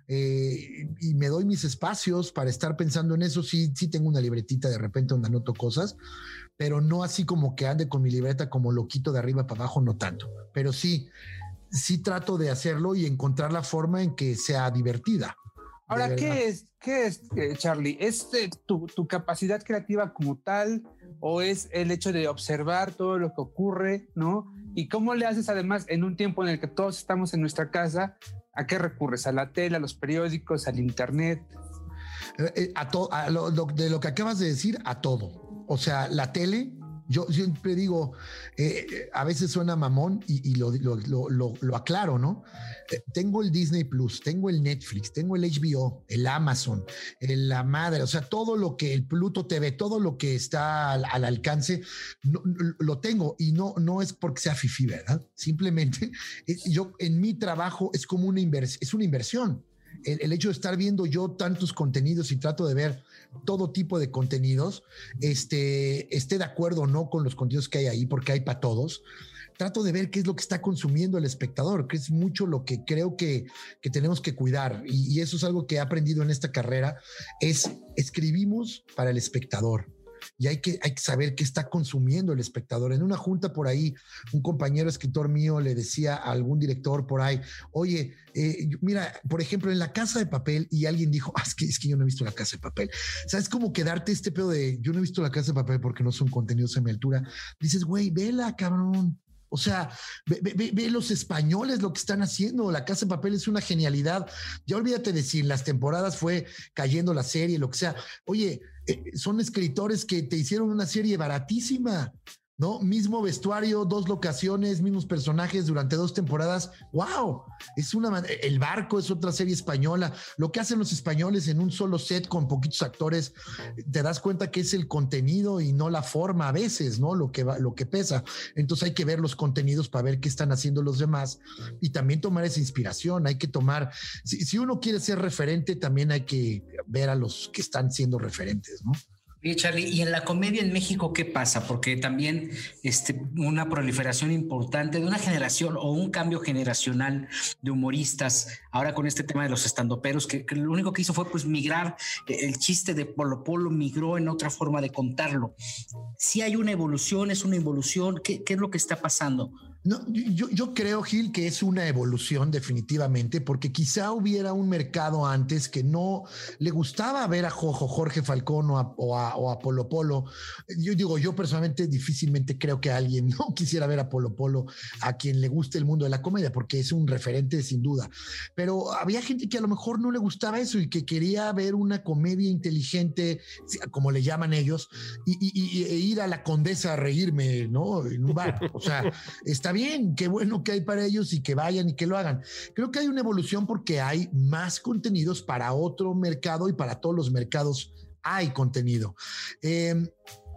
eh, y me doy mis espacios para estar pensando en eso. Sí, sí tengo una libretita de repente donde anoto cosas, pero no así como que ande con mi libreta como loquito de arriba para abajo, no tanto. Pero sí, sí trato de hacerlo y encontrar la forma en que sea divertida. Ahora, De verdad. ¿qué es, qué es eh, Charlie? ¿Es eh, tu, tu capacidad creativa como tal, o es el hecho de observar todo lo que ocurre, ¿no? ¿Y cómo le haces además en un tiempo en el que todos estamos en nuestra casa? ¿A qué recurres? ¿A la tele, a los periódicos, al internet? Eh, eh, a to- a lo, lo- de lo que acabas de decir, a todo. O sea, la tele, yo siempre digo, eh, eh, a veces suena mamón y, y lo, lo, lo, lo- lo aclaro, ¿no? Eh, tengo el Disney Plus, tengo el Netflix, tengo el H B O, el Amazon, el- la madre, o sea, todo lo que el Pluto T V, todo lo que está al, al alcance, no- no- lo tengo, y no, no es porque sea fifí, ¿verdad? Simplemente eh, yo en mi trabajo es como una inversión, es una inversión. El, el hecho de estar viendo yo tantos contenidos y trato de ver todo tipo de contenidos, este, esté de acuerdo o no con los contenidos que hay ahí, porque hay para todos. Trato de ver qué es lo que está consumiendo el espectador, que es mucho lo que creo que, que tenemos que cuidar. Y, y eso es algo que he aprendido en esta carrera, es escribimos para el espectador. Y hay que, hay que saber qué está consumiendo el espectador. En una junta por ahí, un compañero escritor mío le decía a algún director por ahí, oye, eh, mira, por ejemplo, en La Casa de Papel, y alguien dijo, ah, es, que, es que yo no he visto La Casa de Papel. O sea, es como quedarte este pedo de, yo no he visto La Casa de Papel porque no son contenidos a mi altura. Dices, güey, vela, cabrón. O sea, ve, ve, ve los españoles lo que están haciendo. La Casa de Papel es una genialidad. Ya olvídate de si en las temporadas fue cayendo la serie, lo que sea. Oye, eh, son escritores que te hicieron una serie baratísima. ¿no? Mismo vestuario, dos locaciones, mismos personajes durante dos temporadas. ¡Wow! Es una, El Barco es otra serie española. Lo que hacen los españoles en un solo set con poquitos actores, te das cuenta que es el contenido y no la forma a veces, ¿no? Lo que va, lo que pesa. Entonces hay que ver los contenidos para ver qué están haciendo los demás y también tomar esa inspiración. Hay que tomar, si, si uno quiere ser referente, también hay que ver a los que están siendo referentes, ¿no? Oye, Charlie, ¿y en la comedia en México qué pasa? Porque también este, una proliferación importante de una generación o un cambio generacional de humoristas, ahora con este tema de los estandoperos, que, que lo único que hizo fue pues migrar, el chiste de Polo Polo migró en otra forma de contarlo. Si hay una evolución, es una involución, ¿qué, qué es lo que está pasando? No, yo, yo creo, Gil, que es una evolución definitivamente, porque quizá hubiera un mercado antes que no le gustaba ver a Jojo, Jorge Falcón o a, o a, o a Polo Polo. Yo digo, yo personalmente difícilmente creo que alguien no quisiera ver a Polo Polo, a quien le guste el mundo de la comedia, porque es un referente sin duda. Pero había gente que a lo mejor no le gustaba eso y que quería ver una comedia inteligente, como le llaman ellos, y, y, y e ir a la Condesa a reírme, ¿no? En un bar. O sea, está bien, qué bueno que hay para ellos y que vayan y que lo hagan. Creo que hay una evolución porque hay más contenidos para otro mercado y para todos los mercados hay contenido. Eh,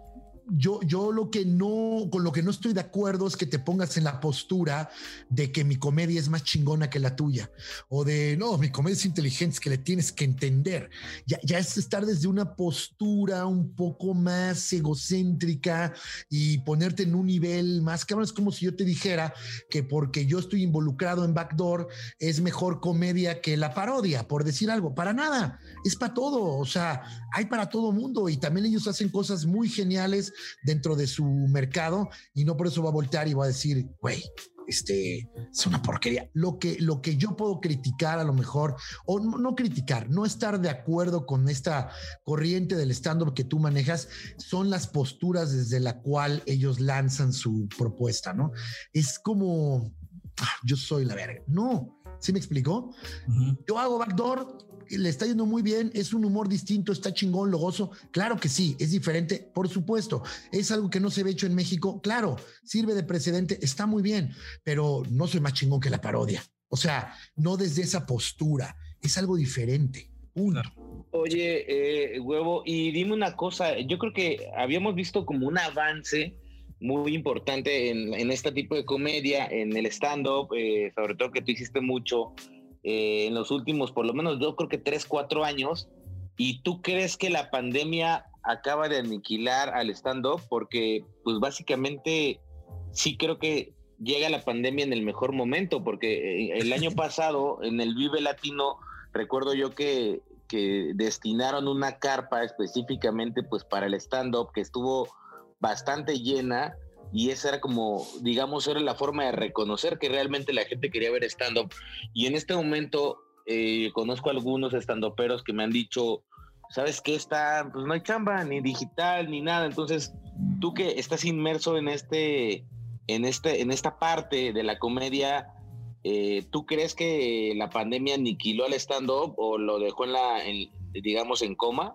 Yo, yo lo que no, con lo que no estoy de acuerdo es que te pongas en la postura de que mi comedia es más chingona que la tuya, o de no, mi comedia es inteligente, es que le tienes que entender. Ya, ya es estar desde una postura un poco más egocéntrica y ponerte en un nivel más cabrón. Es como si yo te dijera que porque yo estoy involucrado en Backdoor es mejor comedia que la parodia, por decir algo. Para nada, es para todo. O sea, hay para todo mundo y también ellos hacen cosas muy geniales dentro de su mercado y no por eso va a voltear y va a decir, güey, este es una porquería. Lo que, lo que yo puedo criticar a lo mejor, o no, no criticar, no estar de acuerdo con esta corriente del stand-up que tú manejas, son las posturas desde la cual ellos lanzan su propuesta, ¿no? Es como, ah, yo soy la verga. No, ¿sí me explicó? Uh-huh. Yo hago Backdoor, le está yendo muy bien, es un humor distinto, está chingón, lo gozo. Claro que sí, es diferente, por supuesto. Es algo que no se ve hecho en México, claro, sirve de precedente, está muy bien, pero no soy más chingón que la parodia. O sea, no desde esa postura, es algo diferente. Punto. Oye, eh, Huevo, y dime una cosa, yo creo que habíamos visto como un avance muy importante en, en este tipo de comedia, en el stand-up, eh, sobre todo que tú hiciste mucho, Eh, en los últimos, por lo menos yo creo que tres, cuatro años. ¿Y tú crees que la pandemia acaba de aniquilar al stand-up? Porque pues básicamente sí creo que llega la pandemia en el mejor momento, porque el año pasado en el Vive Latino recuerdo yo que, que destinaron una carpa específicamente pues para el stand-up que estuvo bastante llena. Y esa era como, digamos, era la forma de reconocer que realmente la gente quería ver stand-up. Y en este momento eh, conozco a algunos stand-uperos que me han dicho, ¿sabes qué? Está, pues no hay chamba, ni digital, ni nada. Entonces, tú que estás inmerso en este, en este, en esta parte de la comedia, eh, ¿tú crees que la pandemia aniquiló al stand-up o lo dejó en la, en, digamos, en coma?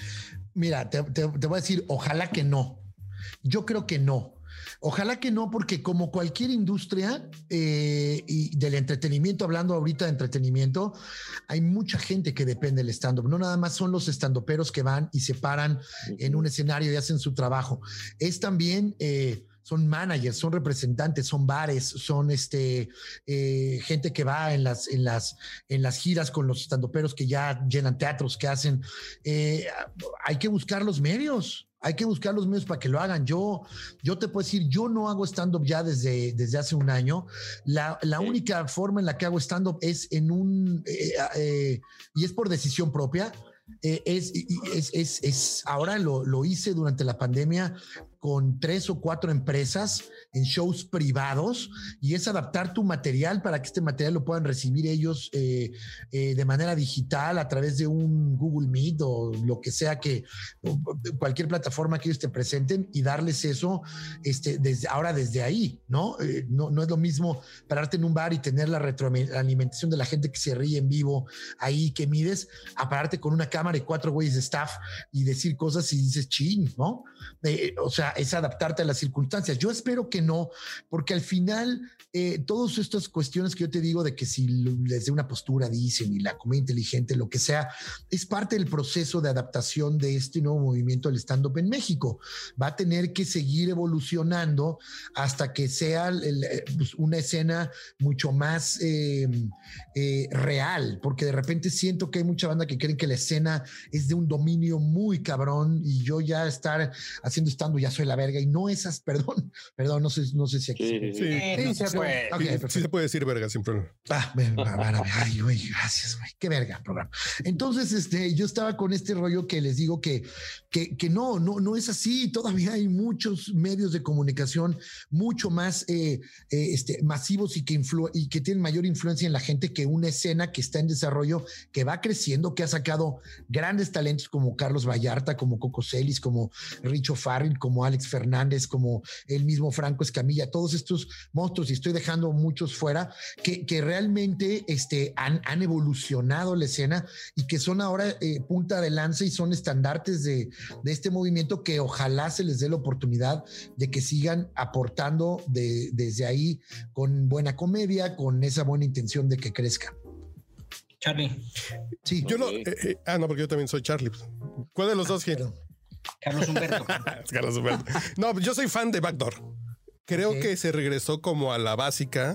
Mira, te, te, te voy a decir, ojalá que no. Yo creo que no. Ojalá que no, porque como cualquier industria eh, y del entretenimiento, hablando ahorita de entretenimiento, hay mucha gente que depende del stand-up. No nada más son los stand-uperos que van y se paran en un escenario y hacen su trabajo. Es también... Eh, son managers, son representantes, son bares, son este, eh, gente que va en las, en, las, en las giras con los estandoperos que ya llenan teatros, que hacen. Eh, hay que buscar los medios. Hay que buscar los medios para que lo hagan. Yo, yo te puedo decir, yo no hago stand-up ya desde, desde hace un año. La, la sí. única forma en la que hago stand-up es en un... Eh, eh, y es por decisión propia. Eh, es, es, es, es, ahora lo, lo hice durante la pandemia con tres o cuatro empresas en shows privados, y es adaptar tu material para que este material lo puedan recibir ellos eh, eh, de manera digital a través de un Google Meet o lo que sea, que cualquier plataforma que ellos te presenten, y darles eso este, desde ahora desde ahí, ¿no? Eh, no, no es lo mismo pararte en un bar y tener la retroalimentación de la gente que se ríe en vivo ahí, que mides, a pararte con una cámara y cuatro güeyes de staff y decir cosas y dices, chin, ¿no? Eh, o sea, es adaptarte a las circunstancias. Yo espero que no, porque al final eh, todas estas cuestiones que yo te digo de que si desde una postura dicen y la comedia inteligente, lo que sea, es parte del proceso de adaptación de este nuevo movimiento del stand-up en México. Va a tener que seguir evolucionando hasta que sea el, pues una escena mucho más eh, eh, real, porque de repente siento que hay mucha banda que creen que la escena es de un dominio muy cabrón y yo ya estar haciendo stand-up ya soy la verga y no esas, perdón, perdón, no sé, no sé si aquí. Sí, sí, sí, sí, no, se, puede. Okay, sí, sí se puede decir verga sin problema. Ah, ay, güey, gracias, güey, qué verga programa. Entonces, este, yo estaba con este rollo que les digo que, que, que no, no, no es así. Todavía hay muchos medios de comunicación mucho más eh, eh, este, masivos y que, influ y que tienen mayor influencia en la gente que una escena que está en desarrollo, que va creciendo, que ha sacado grandes talentos como Carlos Vallarta, como Coco Celis, como Richo Farrell, como Alex Fernández, como el mismo Franco Escamilla, todos estos monstruos, y estoy dejando muchos fuera, que, que realmente este, han, han evolucionado la escena y que son ahora eh, punta de lanza y son estandartes de, de este movimiento que ojalá se les dé la oportunidad de que sigan aportando de, desde ahí con buena comedia, con esa buena intención de que crezca. Charlie. Sí. Yo okay. no, eh, eh, ah, no, porque yo también soy Charlie. ¿Cuál de los ah, dos? Perdón. Carlos Humberto. Carlos Humberto. No, yo soy fan de Backdoor. Creo okay. que se regresó como a la básica,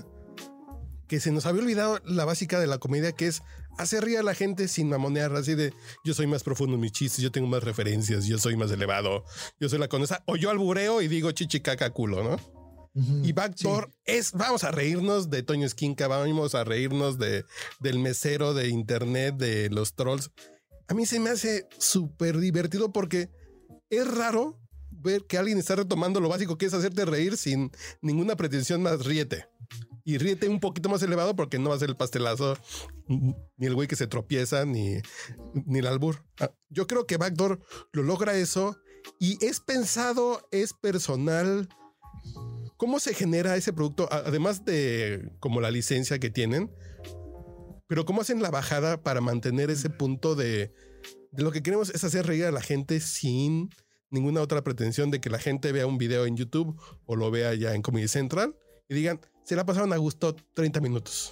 que se nos había olvidado la básica de la comedia, que es hacer reír a la gente sin mamonear, así de yo soy más profundo en mis chistes, yo tengo más referencias, yo soy más elevado, yo soy la condesa, o yo albureo y digo chichicaca culo, ¿no? Uh-huh, y Backdoor sí. es, vamos a reírnos de Toño Esquinca, vamos a reírnos de, del mesero de internet, de los trolls. A mí se me hace súper divertido porque es raro ver que alguien está retomando lo básico que es hacerte reír sin ninguna pretensión más ríete. Y ríete un poquito más elevado porque no va a ser el pastelazo, ni el güey que se tropieza, ni, ni el albur. Yo creo que Backdoor lo logra eso y es pensado, es personal. ¿Cómo se genera ese producto? Además de como la licencia que tienen, pero ¿cómo hacen la bajada para mantener ese punto de, de lo que queremos es hacer reír a la gente sin ninguna otra pretensión de que la gente vea un video en YouTube o lo vea ya en Comedy Central y digan, se la pasaron a gusto treinta minutos?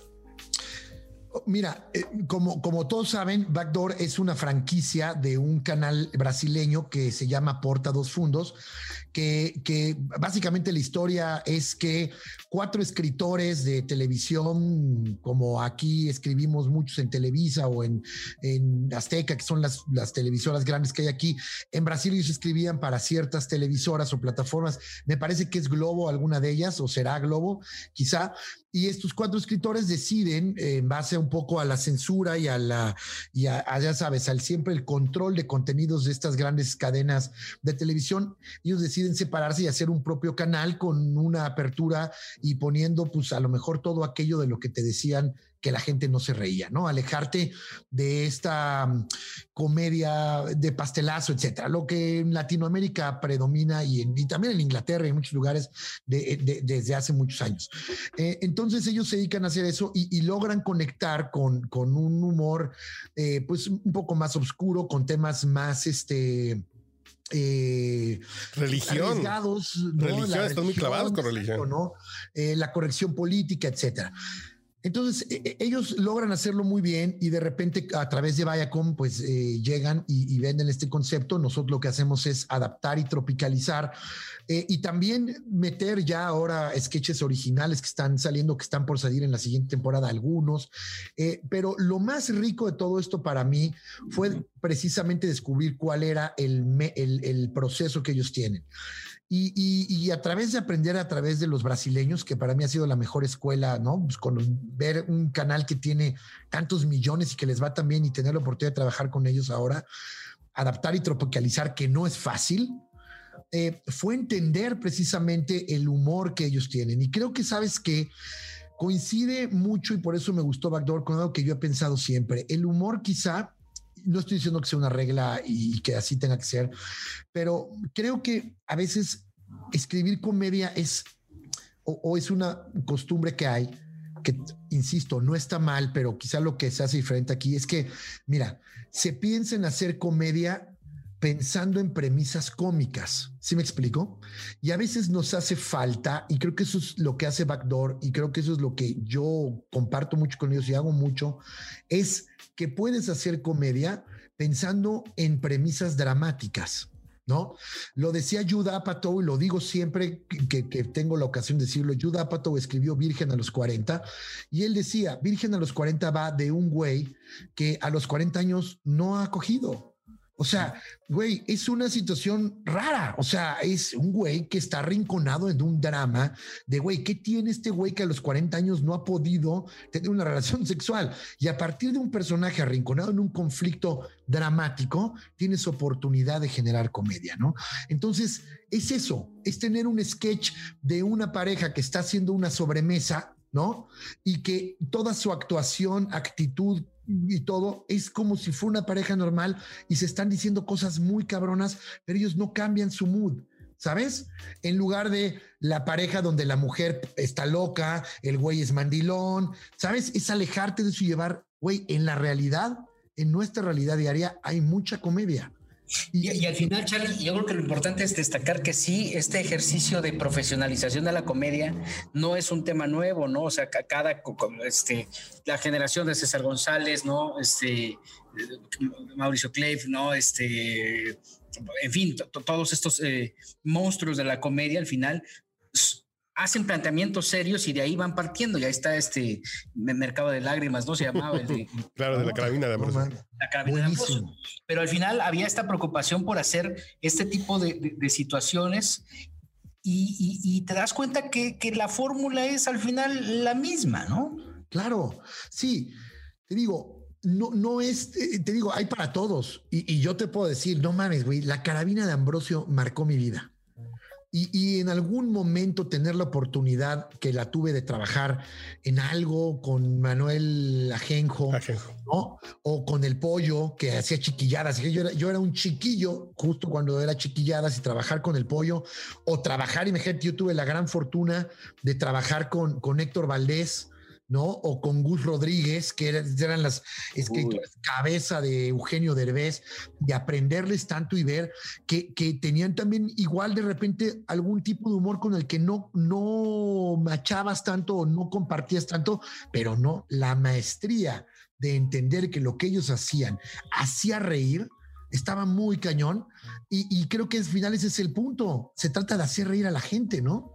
Mira, eh, como, como todos saben, Backdoor es una franquicia de un canal brasileño que se llama Porta dos Fundos, que, que básicamente la historia es que cuatro escritores de televisión, como aquí escribimos muchos en Televisa o en, en Azteca, que son las, las televisoras grandes que hay aquí, en Brasil ellos escribían para ciertas televisoras o plataformas, me parece que es Globo alguna de ellas, o será Globo, quizá, y estos cuatro escritores deciden, eh, en base a un poco a la censura y a la, y a, a, ya sabes, al siempre el control de contenidos de estas grandes cadenas de televisión, ellos deciden separarse y hacer un propio canal con una apertura y poniendo, pues, a lo mejor todo aquello de lo que te decían que la gente no se reía, ¿no? Alejarte de esta um, comedia de pastelazo, etcétera. Lo que en Latinoamérica predomina y, en, y también en Inglaterra y en muchos lugares de, de, desde hace muchos años. Eh, entonces ellos se dedican a hacer eso y, y logran conectar con, con un humor eh, pues un poco más oscuro, con temas más este... Eh, religión, arriesgados, ¿no? religión, están religión, muy clavados con religión, ¿no? Eh, la corrección política, etcétera. Entonces eh, ellos logran hacerlo muy bien y de repente a través de Viacom pues eh, llegan y, y venden este concepto. Nosotros lo que hacemos es adaptar y tropicalizar eh, y también meter ya ahora sketches originales que están saliendo, que están por salir en la siguiente temporada algunos. Eh, pero lo más rico de todo esto para mí fue precisamente descubrir cuál era el, el, el proceso que ellos tienen. Y, y, y a través de aprender a través de los brasileños, que para mí ha sido la mejor escuela, ¿no? Pues con ver un canal que tiene tantos millones y que les va tan bien y tener la oportunidad de trabajar con ellos ahora, adaptar y tropicalizar, que no es fácil, eh, fue entender precisamente el humor que ellos tienen. Y creo que, ¿sabes qué? Coincide mucho, y por eso me gustó Backdoor, con algo que yo he pensado siempre. El humor quizá, no estoy diciendo que sea una regla y que así tenga que ser, pero creo que a veces escribir comedia es o, o es una costumbre que hay, que insisto, no está mal, pero quizá lo que se hace diferente aquí es que, mira, se piensa en hacer comedia pensando en premisas cómicas. ¿Sí me explico? Y a veces nos hace falta, y creo que eso es lo que hace Backdoor, y creo que eso es lo que yo comparto mucho con ellos y hago mucho, es que puedes hacer comedia pensando en premisas dramáticas, ¿no? Lo decía Judd Apatow, y lo digo siempre que, que tengo la ocasión de decirlo. Judd Apatow escribió Virgen a los cuarenta, y él decía, Virgen a los cuarenta va de un güey que a los cuarenta años no ha cogido. O sea, güey, es una situación rara. O sea, es un güey que está arrinconado en un drama de, güey, ¿qué tiene este güey que a los cuarenta años no ha podido tener una relación sexual? Y a partir de un personaje arrinconado en un conflicto dramático, tienes oportunidad de generar comedia, ¿no? Entonces, es eso, es tener un sketch de una pareja que está haciendo una sobremesa, ¿no? Y que toda su actuación, actitud y todo es como si fuera una pareja normal y se están diciendo cosas muy cabronas, pero ellos no cambian su mood, ¿sabes? En lugar de la pareja donde la mujer está loca, el güey es mandilón, ¿sabes? Es alejarte de eso y llevar, güey, en la realidad, en nuestra realidad diaria hay mucha comedia. Y, y al final, Charlie, yo creo que lo importante es destacar que sí, este ejercicio de profesionalización de la comedia no es un tema nuevo, ¿no? O sea, cada, este, la generación de César González, ¿no? Este, Mauricio Cleif, ¿no? Este, en fin, to, to, todos estos eh, monstruos de la comedia al final hacen planteamientos serios y de ahí van partiendo. Ya está este Mercado de Lágrimas, ¿no? Se llamaba el de, claro, de la carabina de Ambrosio. La carabina de Ambrosio. Pero al final había esta preocupación por hacer este tipo de, de, de situaciones y, y, y te das cuenta que, que la fórmula es al final la misma, ¿no? Claro, sí. Te digo, no, no es, te digo, hay para todos. Y, y yo te puedo decir, no mames, güey, la carabina de Ambrosio marcó mi vida. Y, y en algún momento tener la oportunidad que la tuve de trabajar en algo con Manuel Ajenjo, Ajenjo. ¿no? O con el Pollo, que hacía chiquilladas. Yo era, yo era un chiquillo justo cuando era chiquilladas y trabajar con el Pollo, o trabajar, imagínate, yo tuve la gran fortuna de trabajar con, con Héctor Valdés, ¿no? O con Gus Rodríguez, que eran las escritoras cabeza de Eugenio Derbez, de aprenderles tanto y ver que, que tenían también igual de repente algún tipo de humor con el que no, no machabas tanto o no compartías tanto, pero no, la maestría de entender que lo que ellos hacían hacía reír, estaba muy cañón, y, y creo que al final ese es el punto, se trata de hacer reír a la gente, ¿no?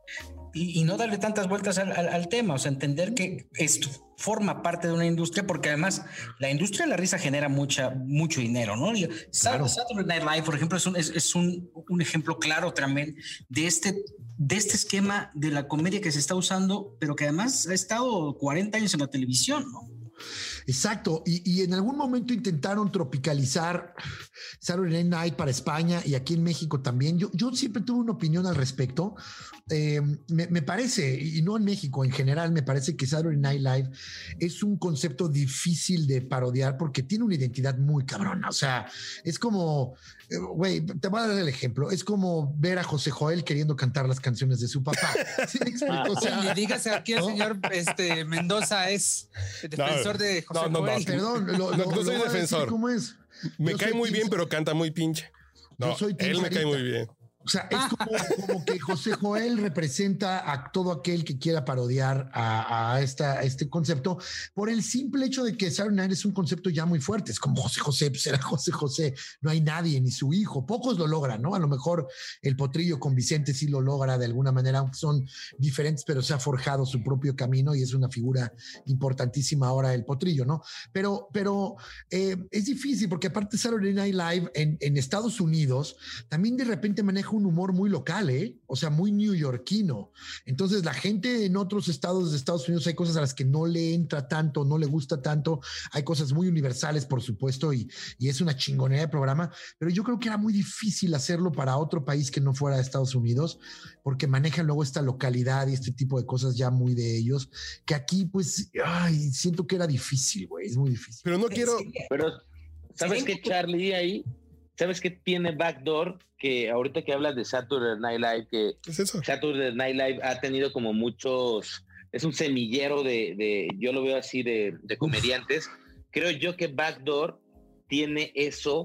Y, y no darle tantas vueltas al, al, al tema, o sea, entender que esto forma parte de una industria, porque además la industria de la risa genera mucha, mucho dinero, ¿no? Claro. Saturday Night Live, por ejemplo, es un, es, es un, un ejemplo claro también de este, de este esquema de la comedia que se está usando, pero que además ha estado cuarenta años en la televisión, ¿no? Exacto, y, y en algún momento intentaron tropicalizar Saturday Night para España y aquí en México también. Yo, yo siempre tuve una opinión al respecto. Eh, me, me parece, y no en México, en general, me parece que Saturday Night Live es un concepto difícil de parodiar porque tiene una identidad muy cabrona. O sea, es como, güey, eh, te voy a dar el ejemplo. Es como ver a José Joel queriendo cantar las canciones de su papá. ¿Sí me explico? O sea, y dígase aquí el ¿no? señor este, Mendoza es defensor no, de José no, no, Joel. No, perdón, lo, lo, no, no soy defensor. ¿Cómo es? Me yo cae muy bien, pero canta muy pinche. No, soy él me cae muy bien. O sea, es como, como que José Joel representa a todo aquel que quiera parodiar a, a, esta, a este concepto por el simple hecho de que Saturday Night es un concepto ya muy fuerte. Es como José José, pues era José José. No hay nadie, ni su hijo. Pocos lo logran, ¿no? A lo mejor el Potrillo con Vicente sí lo logra de alguna manera, aunque son diferentes, pero se ha forjado su propio camino y es una figura importantísima ahora el Potrillo, ¿no? Pero, pero eh, es difícil porque aparte Saturday Night Live en, en Estados Unidos también de repente maneja un humor muy local, ¿eh? O sea, muy neoyorquino. Entonces, la gente en otros estados de Estados Unidos hay cosas a las que no le entra tanto, no le gusta tanto. Hay cosas muy universales, por supuesto, y, y es una chingonería de programa, pero yo creo que era muy difícil hacerlo para otro país que no fuera de Estados Unidos, porque manejan luego esta localidad y este tipo de cosas ya muy de ellos, que aquí, pues, ay, siento que era difícil, güey, es muy difícil. Pero no quiero... Pero, ¿sabes ¿sí? qué, Charlie, ahí? ¿Sabes qué tiene Backdoor? Que ahorita que hablas de Saturday Night Live, que ¿qué es eso? Saturday Night Live ha tenido como muchos, es un semillero de, de yo lo veo así, de, de comediantes. Uf. Creo yo que Backdoor tiene eso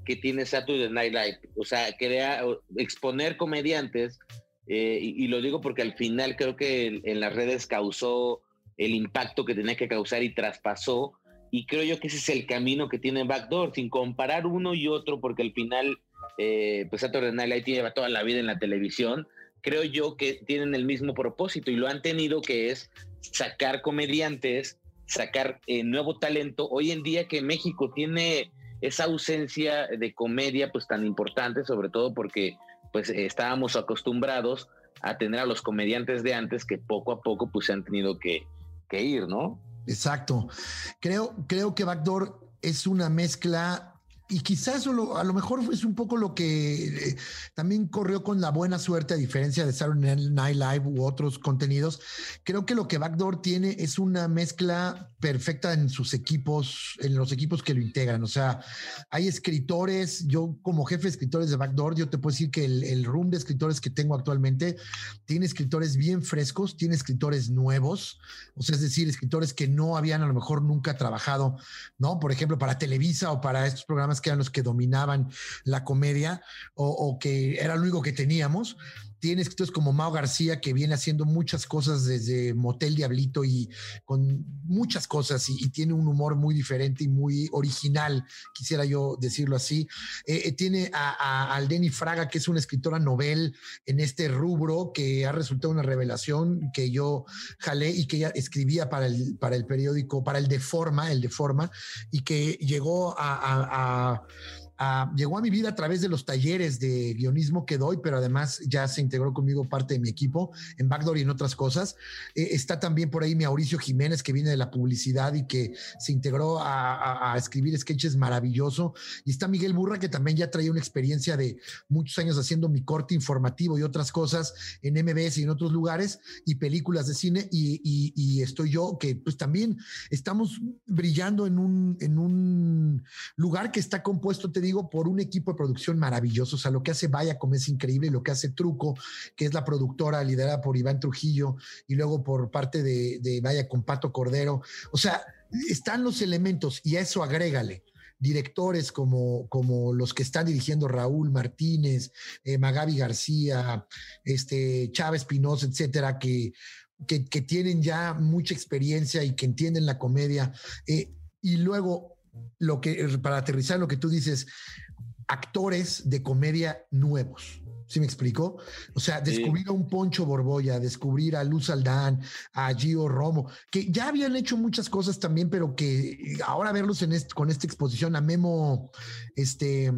que tiene Saturday Night Live. O sea, crea, exponer comediantes, eh, y, y lo digo porque al final creo que en las redes causó el impacto que tenía que causar y traspasó, y creo yo que ese es el camino que tiene Backdoor, sin comparar uno y otro, porque al final, eh, pues Saturday Night Live lleva toda la vida en la televisión. Creo yo que tienen el mismo propósito y lo han tenido, que es sacar comediantes, sacar eh, nuevo talento. Hoy en día que México tiene esa ausencia de comedia pues tan importante, sobre todo porque pues eh, estábamos acostumbrados a tener a los comediantes de antes que poco a poco pues se han tenido que, que ir, ¿no? Exacto. Creo, creo que Backdoor es una mezcla. Y quizás lo, a lo mejor es un poco lo que eh, también corrió con la buena suerte, a diferencia de Saturday Night Live u otros contenidos. Creo que lo que Backdoor tiene es una mezcla perfecta en sus equipos, en los equipos que lo integran. O sea, hay escritores, yo como jefe de escritores de Backdoor, yo te puedo decir que el, el room de escritores que tengo actualmente tiene escritores bien frescos, tiene escritores nuevos, o sea, es decir, escritores que no habían a lo mejor nunca trabajado, ¿no? Por ejemplo, para Televisa o para estos programas que eran los que dominaban la comedia o, o que era lo único que teníamos. Tiene escritores como Mao García, que viene haciendo muchas cosas desde Motel Diablito y con muchas cosas, y, y tiene un humor muy diferente y muy original, quisiera yo decirlo así. Eh, eh, tiene a, a, a Aldeni Fraga, que es una escritora novel en este rubro, que ha resultado una revelación, que yo jalé y que ella escribía para el, para el periódico, para el Deforma, el Deforma, y que llegó a... a, a Uh, llegó a mi vida a través de los talleres de guionismo que doy, pero además ya se integró conmigo parte de mi equipo en Backdoor y en otras cosas. Eh, está también por ahí Mauricio Jiménez, que viene de la publicidad y que se integró a, a, a escribir sketches maravilloso. Y está Miguel Burra, que también ya traía una experiencia de muchos años haciendo Mi Corte Informativo y otras cosas en M B S y en otros lugares y películas de cine. Y, y, y estoy yo, que pues también estamos brillando en un, en un lugar que está compuesto, te digo, digo, por un equipo de producción maravilloso. O sea, lo que hace Viacom es increíble, y lo que hace Truco, que es la productora liderada por Iván Trujillo, y luego por parte de, de Viacom Pato Cordero. O sea, están los elementos, y a eso agrégale directores como, como los que están dirigiendo Raúl Martínez, eh, Magabi García, este, Chávez Pinoza, etcétera, que, que, que tienen ya mucha experiencia y que entienden la comedia. Eh, y luego, lo que, para aterrizar lo que tú dices, actores de comedia nuevos. ¿Sí me explico? O sea, descubrir sí. a un Poncho Borbolla, descubrir a Luz Aldán, a Gio Romo, que ya habían hecho muchas cosas también, pero que ahora verlos en este, con esta exposición, a Memo, este...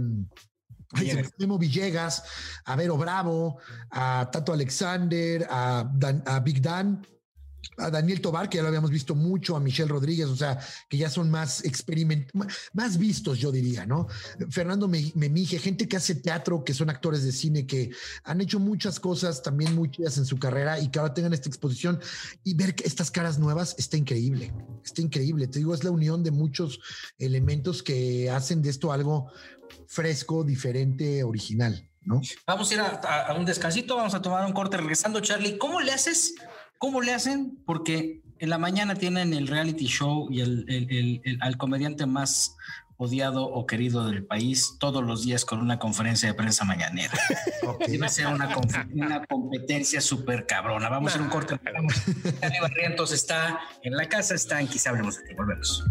Ay, Memo Villegas, a Vero Bravo, a Tato Alexander, a, Dan, a Big Dan, a Daniel Tobar, que ya lo habíamos visto mucho, a Michelle Rodríguez, o sea, que ya son más experiment, más vistos, yo diría, ¿no? Fernando Memije, gente que hace teatro, que son actores de cine, que han hecho muchas cosas también muy chidas en su carrera, y que ahora tengan esta exposición y ver que estas caras nuevas está increíble, está increíble. Te digo, es la unión de muchos elementos que hacen de esto algo fresco, diferente, original, ¿no? Vamos a ir a, a, a un descansito, vamos a tomar un corte. Regresando, Charlie, ¿cómo le haces? ¿Cómo le hacen? Porque en la mañana tienen el reality show y el, el, el, el, al comediante más odiado o querido del país todos los días con una conferencia de prensa mañanera. Okay. Debe ser una, una competencia súper cabrona. Vamos nah. a ir un corte. Dani Barrientos está en la casa, está en Quizá Hablemos de Ti. Volvemos.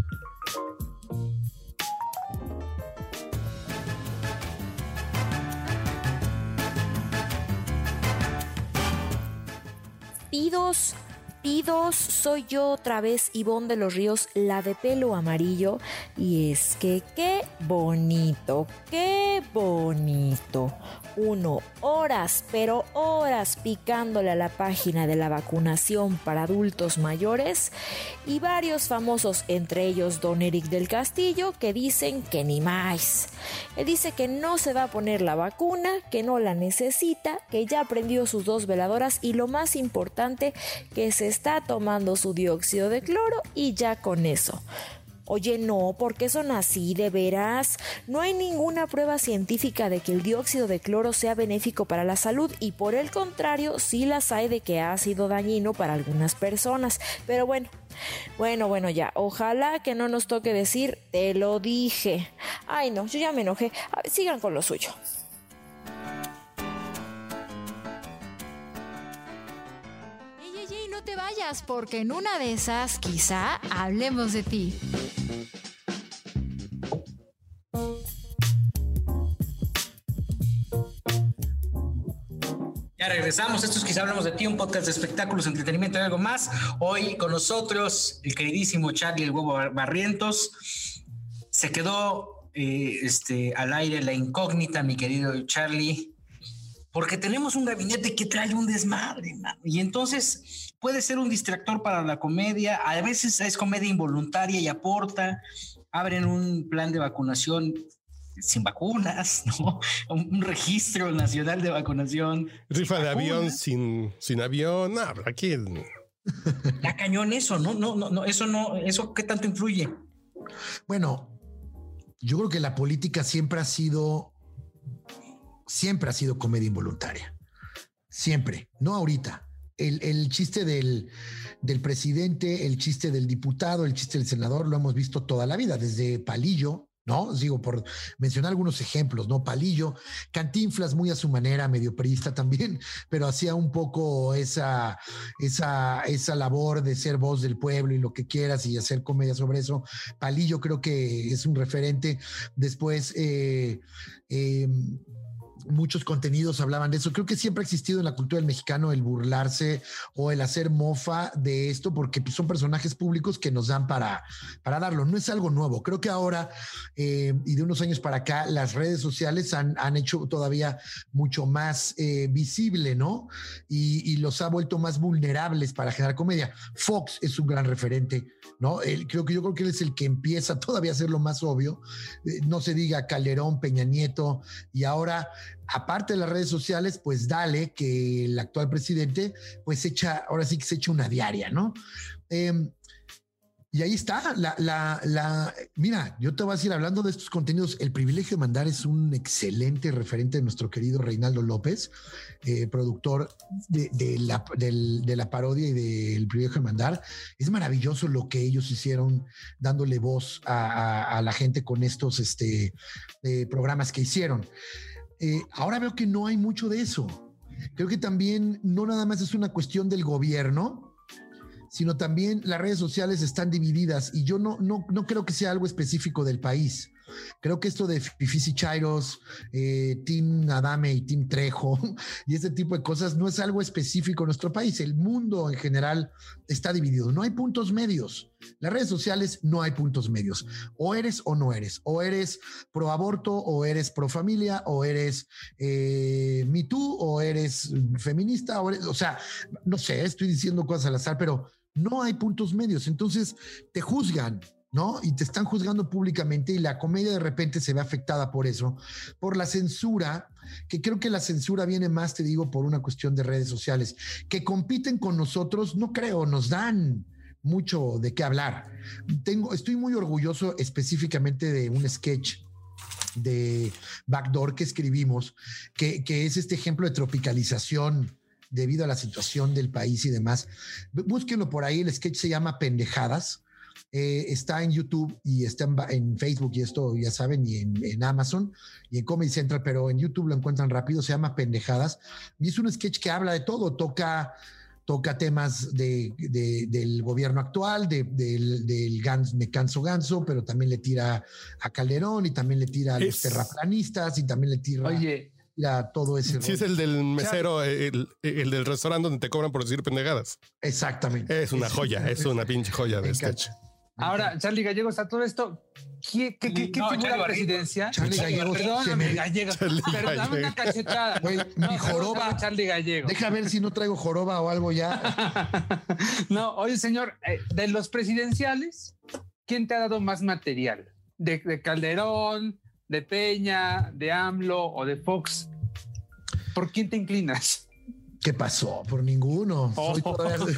Pidos, pidos, soy yo otra vez, Ivonne de los Ríos, la de pelo amarillo. Y es que qué bonito, qué bonito. Uno, horas, pero horas picándole a la página de la vacunación para adultos mayores, y varios famosos, entre ellos Don Eric del Castillo, que dicen que ni más. Él dice que no se va a poner la vacuna, que no la necesita, que ya prendió sus dos veladoras y lo más importante, que se está tomando su dióxido de cloro y ya con eso. Oye, no, ¿por qué son así? ¿De veras? No hay ninguna prueba científica de que el dióxido de cloro sea benéfico para la salud y por el contrario, sí las hay de que ha sido dañino para algunas personas. Pero bueno, bueno, bueno, ya. Ojalá que no nos toque decir, te lo dije. Ay, no, yo ya me enojé. A ver, sigan con lo suyo. Ey, ey, ey, no te vayas, porque en una de esas quizá hablemos de ti. Ya regresamos, esto es Quizá Hablemos de Ti, un podcast de espectáculos, entretenimiento y algo más. Hoy con nosotros el queridísimo Charlie el Huevo Barrientos. Se quedó eh, este, al aire la incógnita, mi querido Charlie, porque tenemos un gabinete que trae un desmadre, man. Y entonces puede ser un distractor para la comedia, a veces es comedia involuntaria y aporta, abren un plan de vacunación sin vacunas, ¿no? Un, un registro nacional de vacunación. Rifa de avión sin, sin avión. No, aquí. Ya cañón eso, ¿no? No, no, no, eso no, eso ¿qué tanto influye? Bueno, yo creo que la política siempre ha sido, siempre ha sido comedia involuntaria. Siempre, no ahorita. El, el chiste del, del presidente, el chiste del diputado, el chiste del senador, lo hemos visto toda la vida, desde Palillo, ¿no? Digo, por mencionar algunos ejemplos, ¿no? Palillo, Cantinflas muy a su manera, medio priista también, pero hacía un poco esa, esa, esa labor de ser voz del pueblo y lo que quieras y hacer comedia sobre eso. Palillo creo que es un referente. Después, eh, eh, muchos contenidos hablaban de eso. Creo que siempre ha existido en la cultura del mexicano el burlarse o el hacer mofa de esto, porque pues, son personajes públicos que nos dan para, para darlo. No es algo nuevo. Creo que ahora eh, y de unos años para acá, las redes sociales han, han hecho todavía mucho más eh, visible, ¿no? Y, y los ha vuelto más vulnerables para generar comedia. Fox es un gran referente, ¿no? Él, creo que yo creo que él es el que empieza todavía a ser lo más obvio. Eh, no se diga Calderón, Peña Nieto, y ahora aparte de las redes sociales, pues dale que el actual presidente pues echa, ahora sí que se echa una diaria, ¿no? Eh, y ahí está, la, la, la, mira, yo te voy a decir, hablando de estos contenidos, El Privilegio de Mandar es un excelente referente de nuestro querido Reinaldo López, eh, productor de, de, la, del, de la parodia y del Privilegio de Mandar. Es maravilloso lo que ellos hicieron dándole voz a, a, a la gente con estos este, eh, programas que hicieron. Eh, ahora veo que no hay mucho de eso. Creo que también no nada más es una cuestión del gobierno, sino también las redes sociales están divididas y yo no, no, no creo que sea algo específico del país. Creo que esto de Fifís y Chairos, eh, Team Adame y Team Trejo y este tipo de cosas no es algo específico en nuestro país. El mundo en general está dividido. No hay puntos medios. Las redes sociales no hay puntos medios. O eres o no eres. O eres pro aborto, o eres pro familia, o eres eh, Me Too, o eres feminista. O, eres, o sea, no sé, estoy diciendo cosas al azar, pero no hay puntos medios. Entonces te juzgan, ¿no? Y te están juzgando públicamente y la comedia de repente se ve afectada por eso, por la censura, que creo que la censura viene más, te digo, por una cuestión de redes sociales, que compiten con nosotros, no creo, nos dan mucho de qué hablar. Tengo, estoy muy orgulloso específicamente de un sketch de Backdoor que escribimos, que, que es este ejemplo de tropicalización debido a la situación del país y demás. Búsquenlo por ahí, el sketch se llama Pendejadas. Eh, está en YouTube y está en, en Facebook y esto ya saben, y en, en Amazon y en Comedy Central, pero en YouTube lo encuentran rápido. Se llama Pendejadas y es un sketch que habla de todo, toca, toca temas de, de, del gobierno actual, de, del, del Gans, Me Canso Ganso, pero también le tira a Calderón y también le tira a los es... terraplanistas y también le tira... Oye, a todo ese sí, es el del mesero, el, el del restaurante donde te cobran por decir pendejadas. Exactamente. Es una joya, es una pinche joya de sketch. Ahora, Charlie Gallegos, a todo esto, ¿qué, qué, qué, qué no, figura la presidencia? Charlie Gallegos. Perdóname, Gallegos. Pero dame una cachetada. Güey, no, mi joroba. Charlie Gallegos. Deja ver si no traigo joroba o algo ya. No, oye, señor, eh, de los presidenciales, ¿quién te ha dado más material? ¿De, de Calderón, de Peña, de AMLO o de Fox? ¿Por quién te inclinas? ¿Qué pasó? Por ninguno. Oh. Soy todavía...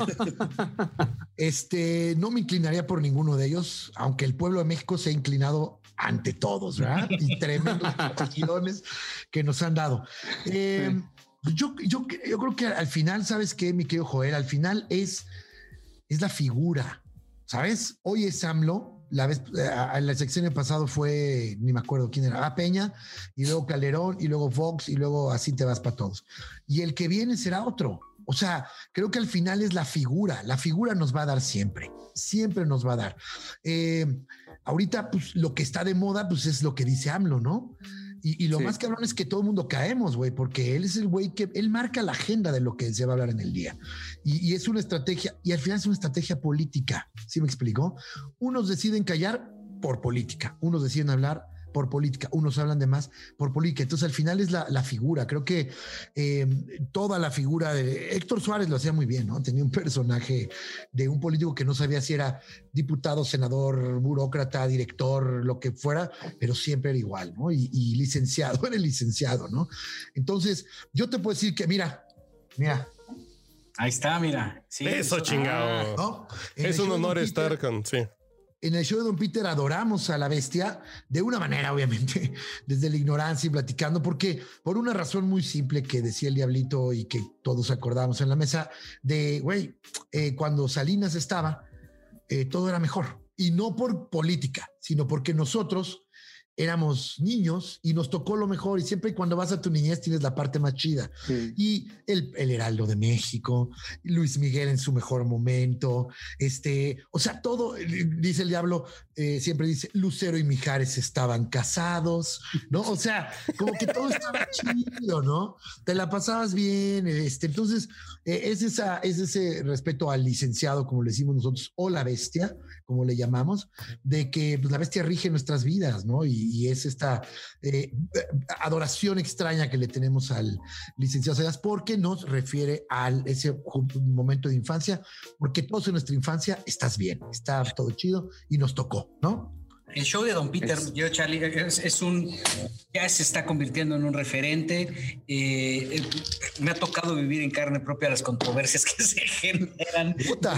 Este, no me inclinaría por ninguno de ellos, aunque el pueblo de México se ha inclinado ante todos, ¿verdad? Y tremendos millones que nos han dado. Eh, sí. yo, yo, yo creo que al final, ¿sabes qué, mi querido Joel? Al final es, es la figura, ¿sabes? Hoy es AMLO. La vez, en la sección pasado fue, ni me acuerdo quién era, a Peña, y luego Calderón, y luego Fox, y luego así te vas para todos. Y el que viene será otro. O sea, creo que al final es la figura. La figura nos va a dar siempre, siempre nos va a dar. Eh, ahorita, pues lo que está de moda, pues es lo que dice AMLO, ¿no? Y, y lo sí. más cabrón es que todo el mundo caemos, güey, porque él es el güey que él marca la agenda de lo que se va a hablar en el día. Y, y es una estrategia, y al final es una estrategia política. ¿Sí me explicó? Unos deciden callar por política, unos deciden hablar por política, unos hablan de más por política. Entonces, al final es la, la figura. Creo que eh, toda la figura de Héctor Suárez lo hacía muy bien, ¿no? Tenía un personaje de un político que no sabía si era diputado, senador, burócrata, director, lo que fuera, pero siempre era igual, ¿no? Y, y licenciado, era el licenciado, ¿no? Entonces, yo te puedo decir que, mira, mira. Ahí está, mira. Sí, eso, eso chingado. ¿No? Es un honor estar con, sí. En el show de Don Peter adoramos a la bestia de una manera, obviamente, desde la ignorancia y platicando, porque por una razón muy simple que decía el Diablito y que todos acordamos en la mesa, de, güey, eh, cuando Salinas estaba, eh, todo era mejor. Y no por política, sino porque nosotros éramos niños y nos tocó lo mejor, y siempre cuando vas a tu niñez tienes la parte más chida. Sí. Y el, el Heraldo de México, Luis Miguel en su mejor momento, este, o sea, todo, dice el Diablo, eh, siempre dice, Lucero y Mijares estaban casados, ¿no? O sea, como que todo estaba chido, ¿no? Te la pasabas bien, este, entonces eh, es, esa, es ese respeto al licenciado, como le decimos nosotros, o la bestia, como le llamamos, de que pues, la bestia rige nuestras vidas, ¿no? Y y es esta eh, adoración extraña que le tenemos al licenciado Sayas, porque nos refiere a ese momento de infancia, porque todos en nuestra infancia estás bien, está todo chido y nos tocó, ¿no? El show de Don Peter, es, yo, Charlie, es, es un, ya se está convirtiendo en un referente. Eh, me ha tocado vivir en carne propia las controversias que se generan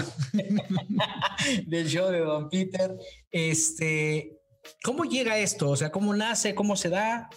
del show de Don Peter. Este... ¿Cómo llega esto? O sea, ¿cómo nace? ¿Cómo se da?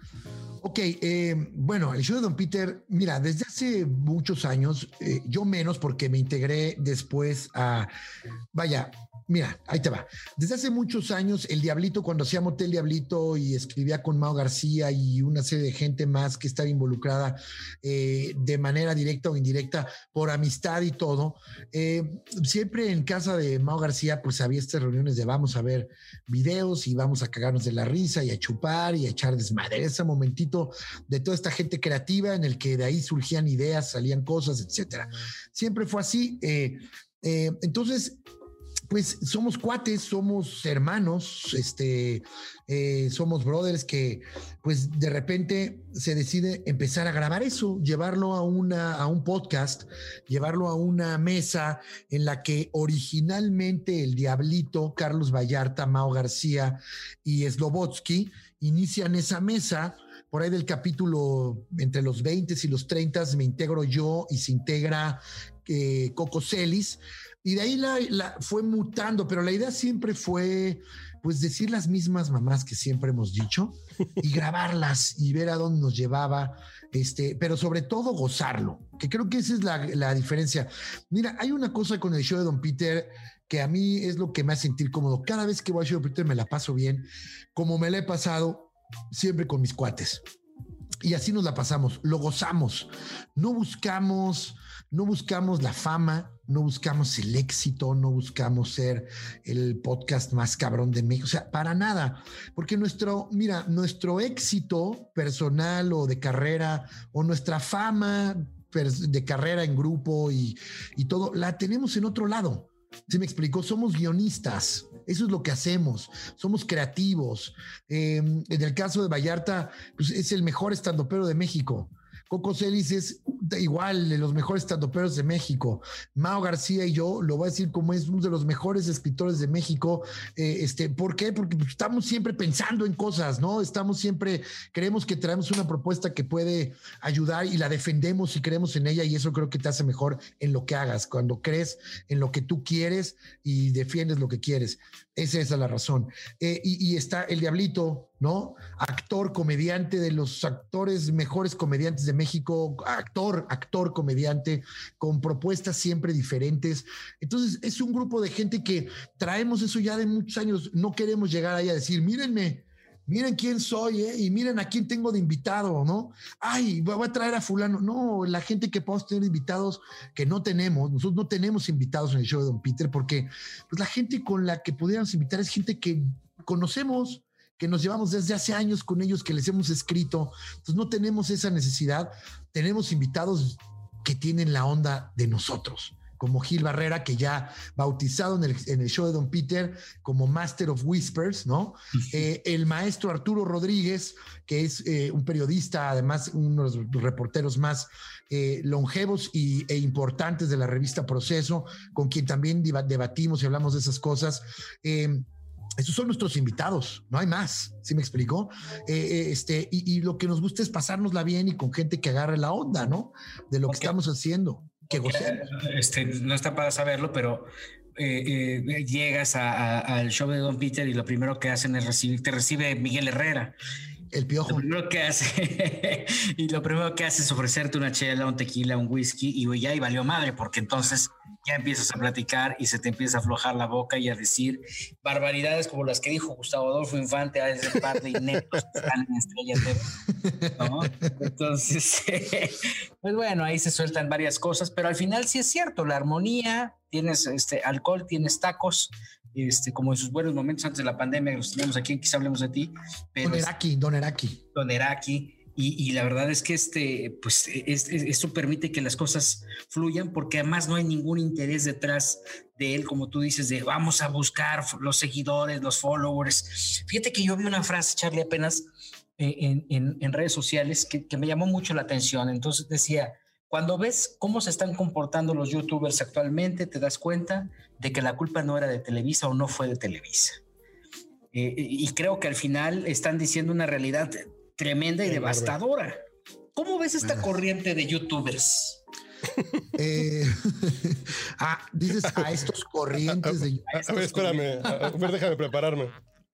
Ok, eh, bueno, el show de Don Peter, mira, desde hace muchos años, eh, yo menos porque me integré después a, vaya, mira, ahí te va. Desde hace muchos años, el Diablito, cuando hacía Motel Diablito y escribía con Mao García y una serie de gente más que estaba involucrada eh, de manera directa o indirecta por amistad y todo, eh, siempre en casa de Mao García, pues había estas reuniones de vamos a ver videos y vamos a cagarnos de la risa y a chupar y a echar desmadre. Ese momentito de toda esta gente creativa en el que de ahí surgían ideas, salían cosas, etcétera. Siempre fue así. Eh, eh, entonces, pues somos cuates, somos hermanos, este, eh, somos brothers que pues de repente se decide empezar a grabar eso, llevarlo a, una, a un podcast, llevarlo a una mesa en la que originalmente el Diablito, Carlos Vallarta, Mao García y Slobotsky inician esa mesa. Por ahí del capítulo entre los veinte y los treinta me integro yo y se integra eh, Coco Celis. Y de ahí la, la fue mutando, pero la idea siempre fue pues decir las mismas mamás que siempre hemos dicho y grabarlas y ver a dónde nos llevaba, este, pero sobre todo gozarlo, que creo que esa es la, la diferencia. Mira, hay una cosa con el show de Don Peter que a mí es lo que me hace sentir cómodo. Cada vez que voy al show de Don Peter me la paso bien, como me la he pasado siempre con mis cuates. Y así nos la pasamos, lo gozamos. No buscamos, no buscamos la fama, no buscamos el éxito, no buscamos ser el podcast más cabrón de México. O sea, para nada. Porque nuestro, mira, nuestro éxito personal o de carrera o nuestra fama de carrera en grupo y, y todo, la tenemos en otro lado. ¿Sí me explicó? Somos guionistas. Eso es lo que hacemos. Somos creativos. Eh, en el caso de Vallarta, pues es el mejor estandopero de México. Coco Celis es igual de los mejores estandoperos de México. Mao García y yo, lo voy a decir como es uno de los mejores escritores de México. Eh, este, ¿Por qué? Porque estamos siempre pensando en cosas, ¿no? Estamos siempre, creemos que traemos una propuesta que puede ayudar y la defendemos y creemos en ella, y eso creo que te hace mejor en lo que hagas, cuando crees en lo que tú quieres y defiendes lo que quieres. Esa es la razón. Eh, y, y está el Diablito, ¿no? Actor, comediante, de los actores mejores comediantes de México, actor, actor, comediante, con propuestas siempre diferentes. Entonces es un grupo de gente que traemos eso ya de muchos años. No queremos llegar ahí a decir, mírenme, miren quién soy, ¿eh? Y miren a quién tengo de invitado, ¿no? Ay, voy a traer a fulano. No, la gente que podemos tener invitados que no tenemos, nosotros no tenemos invitados en el show de Don Peter, porque pues, la gente con la que pudiéramos invitar es gente que conocemos, que nos llevamos desde hace años con ellos, que les hemos escrito. Entonces no tenemos esa necesidad. Tenemos invitados que tienen la onda de nosotros, como Gil Barrera, que ya bautizado en el, en el show de Don Peter como Master of Whispers, ¿no? Eh, el maestro Arturo Rodríguez, que es eh, un periodista, además uno de los reporteros más eh, longevos y, e importantes de la revista Proceso, con quien también debatimos y hablamos de esas cosas. Eh, Estos son nuestros invitados, no hay más, ¿sí me explicó? Eh, este, y, y lo que nos gusta es pasárnosla bien y con gente que agarre la onda, ¿no? De lo okay. que estamos haciendo. Que gocemos. Este, no está para saberlo, pero eh, eh, llegas a, a, al show de Don Peter y lo primero que hacen es recibir, te recibe Miguel Herrera. El Piojo. Lo primero que hace y lo primero que hace es ofrecerte una chela, un tequila, un whisky, y ya y valió madre, porque entonces ya empiezas a platicar y se te empieza a aflojar la boca y a decir barbaridades como las que dijo Gustavo Adolfo Infante a ese par de ineptos que están en Estrella T V, ¿no? Entonces, pues bueno, ahí se sueltan varias cosas, pero al final sí es cierto, la armonía, tienes este alcohol, tienes tacos, este, como en sus buenos momentos antes de la pandemia, que los teníamos aquí, quizá hablemos de ti. Pero Don Eraki, Don Eraki. Don Eraki. Y, y la verdad es que este, pues, es, es, eso permite que las cosas fluyan, porque además no hay ningún interés detrás de él, como tú dices, de vamos a buscar los seguidores, los followers. Fíjate que yo vi una frase, Charlie, apenas eh, en, en, en redes sociales que, que me llamó mucho la atención. Entonces decía, cuando ves cómo se están comportando los youtubers actualmente, te das cuenta de que la culpa no era de Televisa o no fue de Televisa. Eh, y creo que al final están diciendo una realidad tremenda y devastadora. ¿Cómo ves esta corriente de youtubers? Eh, ah, dices a estos corrientes de youtubers. A ver, espérame, a ver, déjame prepararme.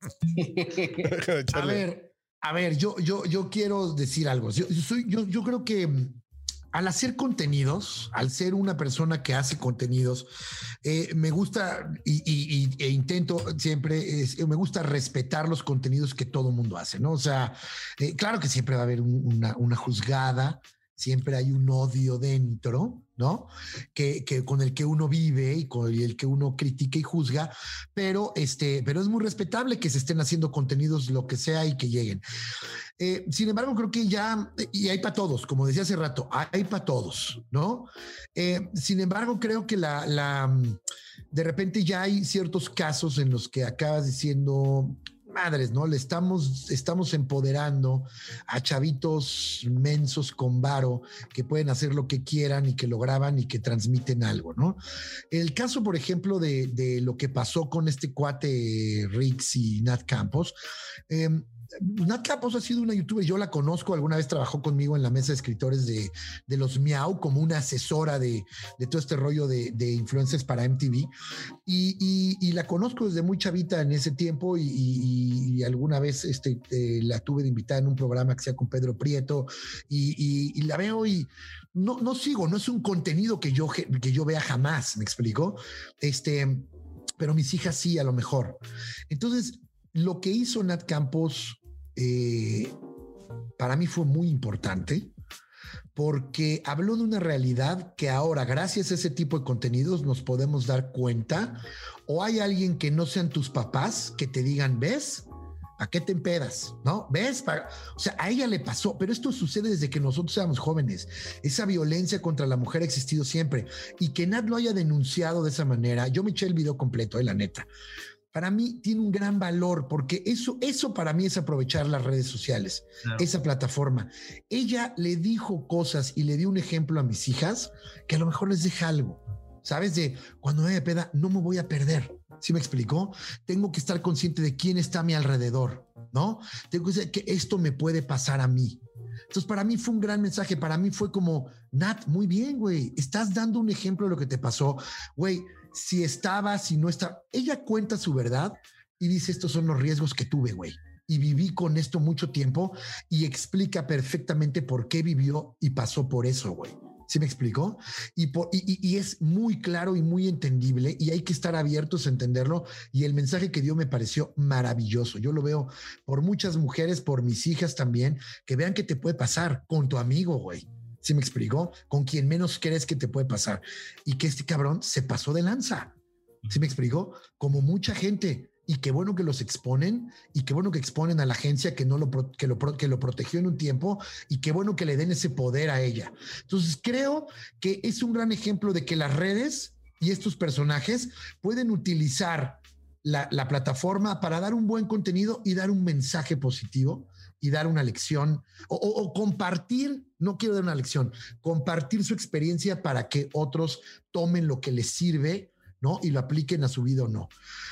a ver, a ver, yo, yo, yo quiero decir algo. Yo, yo, soy, yo, yo creo que al hacer contenidos, al ser una persona que hace contenidos, eh, me gusta y, y, y, e intento siempre, es, me gusta respetar los contenidos que todo mundo hace, ¿no? O sea, eh, claro que siempre va a haber un, una, una juzgada, siempre hay un odio dentro, ¿no? Que, que con el que uno vive y con el que uno critica y juzga, pero, este, pero es muy respetable que se estén haciendo contenidos, lo que sea, y que lleguen. Eh, sin embargo, creo que ya, y hay para todos, como decía hace rato, hay para todos, ¿no? Eh, sin embargo, creo que la, la, de repente ya hay ciertos casos en los que acabas diciendo, madres, ¿no? Le estamos, estamos empoderando a chavitos mensos con varo que pueden hacer lo que quieran y que lo graban y que transmiten algo, ¿no? El caso, por ejemplo, de, de lo que pasó con este cuate Rix y Nat Campos, eh, Nat Campos ha sido una youtuber, yo la conozco, alguna vez trabajó conmigo en la mesa de escritores de, de los Miau como una asesora de, de todo este rollo de, de influencers para M T V y, y, y la conozco desde muy chavita en ese tiempo y, y, y alguna vez este, eh, la tuve de invitada en un programa que sea con Pedro Prieto y, y, y la veo y no, no sigo, no es un contenido que yo, que yo vea jamás, ¿me explico? Este, pero mis hijas sí, a lo mejor. Entonces, lo que hizo Nat Campos Eh, para mí fue muy importante porque habló de una realidad que ahora, gracias a ese tipo de contenidos, nos podemos dar cuenta. O hay alguien que no sean tus papás que te digan, ¿ves? ¿A qué te empedas? ¿No? ¿Ves? O sea, a ella le pasó, pero esto sucede desde que nosotros éramos jóvenes. Esa violencia contra la mujer ha existido siempre y que Nat lo haya denunciado de esa manera. Yo me eché el video completo, eh, la neta. para mí tiene un gran valor, porque eso, eso para mí es aprovechar las redes sociales, claro. Esa plataforma. Ella le dijo cosas y le dio un ejemplo a mis hijas que a lo mejor les deja algo, ¿sabes? De cuando me peda, no me voy a perder. ¿Sí me explicó? Tengo que estar consciente de quién está a mi alrededor, ¿no? Tengo que saber que esto me puede pasar a mí. Entonces, para mí fue un gran mensaje. Para mí fue como, Nat, muy bien, güey. Estás dando un ejemplo de lo que te pasó. Güey, si estaba, si no estaba. Ella cuenta su verdad y dice, estos son los riesgos que tuve, güey. Y viví con esto mucho tiempo y explica perfectamente por qué vivió y pasó por eso, güey. ¿Sí me explicó? Y, por, y, y es muy claro y muy entendible y hay que estar abiertos a entenderlo. Y el mensaje que dio me pareció maravilloso. Yo lo veo por muchas mujeres, por mis hijas también, que vean que te puede pasar con tu amigo, güey. ¿Sí me explicó? Con quien menos crees que te puede pasar. Y que este cabrón se pasó de lanza. ¿Sí me explicó? Como mucha gente. Y qué bueno que los exponen y qué bueno que exponen a la agencia que no lo, que lo, que lo protegió en un tiempo y qué bueno que le den ese poder a ella. Entonces creo que es un gran ejemplo de que las redes y estos personajes pueden utilizar la, la plataforma para dar un buen contenido y dar un mensaje positivo y dar una lección o, o, o compartir, no quiero dar una lección, compartir su experiencia para que otros tomen lo que les sirve, ¿no? Y lo apliquen a su vida o no.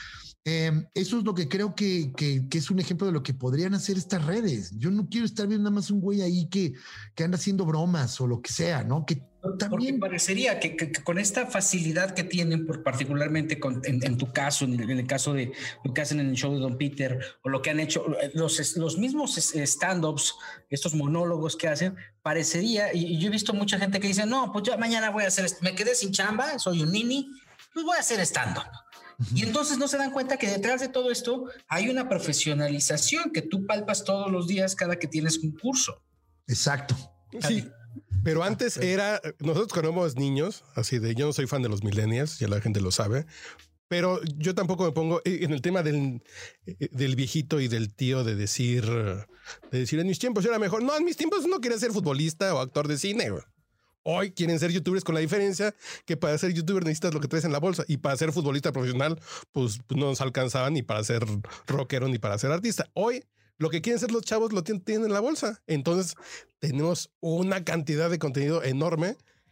Eh, eso es lo que creo que, que, que es un ejemplo de lo que podrían hacer estas redes. Yo no quiero estar viendo nada más un güey ahí que, que anda haciendo bromas o lo que sea, ¿no? Que también Porque parecería que, que, que con esta facilidad que tienen, por particularmente con, en, en tu caso, en el, en el caso de lo que hacen en el show de Don Peter o lo que han hecho los, los mismos stand-ups, estos monólogos que hacen, parecería, y, y yo he visto mucha gente que dice, no, pues yo mañana voy a hacer, me quedé sin chamba, soy un nini, pues voy a hacer stand-up. Y entonces no se dan cuenta que detrás de todo esto hay una profesionalización que tú palpas todos los días cada que tienes un curso. Exacto. Sí, pero antes era, nosotros cuando éramos niños, así de, yo no soy fan de los millennials, ya la gente lo sabe, pero yo tampoco me pongo en el tema del, del viejito y del tío de decir, de decir en mis tiempos era mejor. No, en mis tiempos no quería ser futbolista o actor de cine, güey. Hoy quieren ser youtubers, con la diferencia que para ser youtuber necesitas lo que traes en la bolsa y para ser futbolista profesional pues no nos alcanzaba ni para ser rockero ni para ser artista. Hoy lo que quieren ser los chavos lo tienen, tienen en la bolsa. Entonces tenemos una cantidad de contenido enorme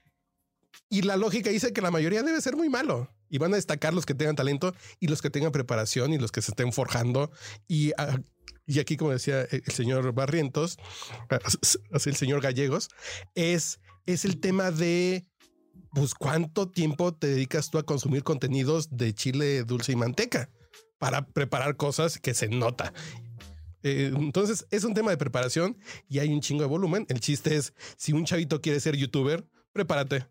y la lógica dice que la mayoría debe ser muy malo y van a destacar los que tengan talento y los que tengan preparación y los que se estén forjando. Y, y aquí, como decía el señor Barrientos, así el señor Gallegos, es... es el tema de, pues, cuánto tiempo te dedicas tú a consumir contenidos de chile dulce y manteca para preparar cosas que se nota. Eh, entonces es un tema de preparación y hay un chingo de volumen. El chiste es, si un chavito quiere ser youtuber, prepárate.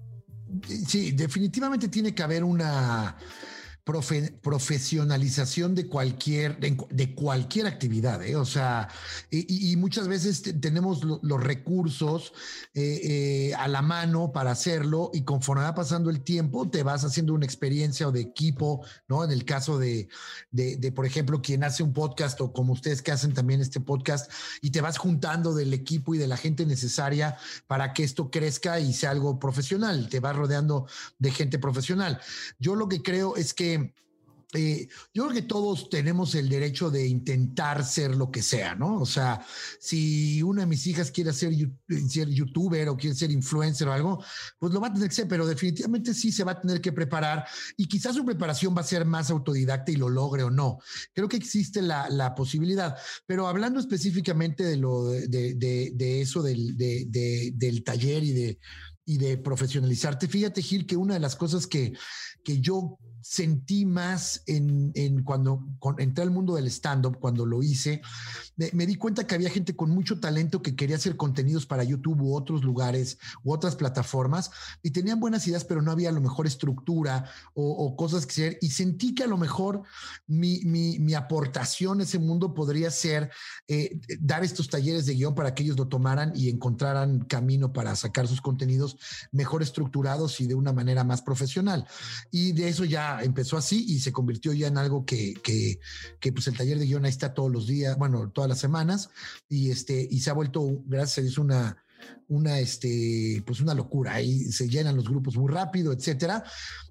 Sí, definitivamente tiene que haber una profe, profesionalización de cualquier, de, de cualquier actividad, ¿eh? O sea, y, y muchas veces te, tenemos lo, los recursos eh, eh, a la mano para hacerlo y conforme va pasando el tiempo te vas haciendo una experiencia o de equipo, ¿no? En el caso de, de, de, por ejemplo, quien hace un podcast o como ustedes que hacen también este podcast y te vas juntando del equipo y de la gente necesaria para que esto crezca y sea algo profesional, te vas rodeando de gente profesional. Yo lo que creo es que Eh, yo creo que todos tenemos el derecho de intentar ser lo que sea, ¿no? O sea, si una de mis hijas quiere ser, ser youtuber o quiere ser influencer o algo, pues lo va a tener que ser, pero definitivamente sí se va a tener que preparar y quizás su preparación va a ser más autodidacta y lo logre o no. Creo que existe la, la posibilidad, pero hablando específicamente de, lo, de, de, de eso del, de, de, del taller y de, y de profesionalizarte, fíjate, Gil, que una de las cosas que, que yo sentí más en, en cuando con, entré al mundo del stand-up, cuando lo hice, me, me di cuenta que había gente con mucho talento que quería hacer contenidos para YouTube u otros lugares u otras plataformas y tenían buenas ideas, pero no había a lo mejor estructura o, o cosas que hacer y sentí que a lo mejor mi, mi, mi aportación a ese mundo podría ser eh, dar estos talleres de guión para que ellos lo tomaran y encontraran camino para sacar sus contenidos mejor estructurados y de una manera más profesional. Y de eso ya empezó así y se convirtió ya en algo que, que, que pues el taller de guión ahí está todos los días, bueno, todas las semanas y este, y se ha vuelto, gracias a Dios, una, una, este, pues una locura. Ahí se llenan los grupos muy rápido, etcétera.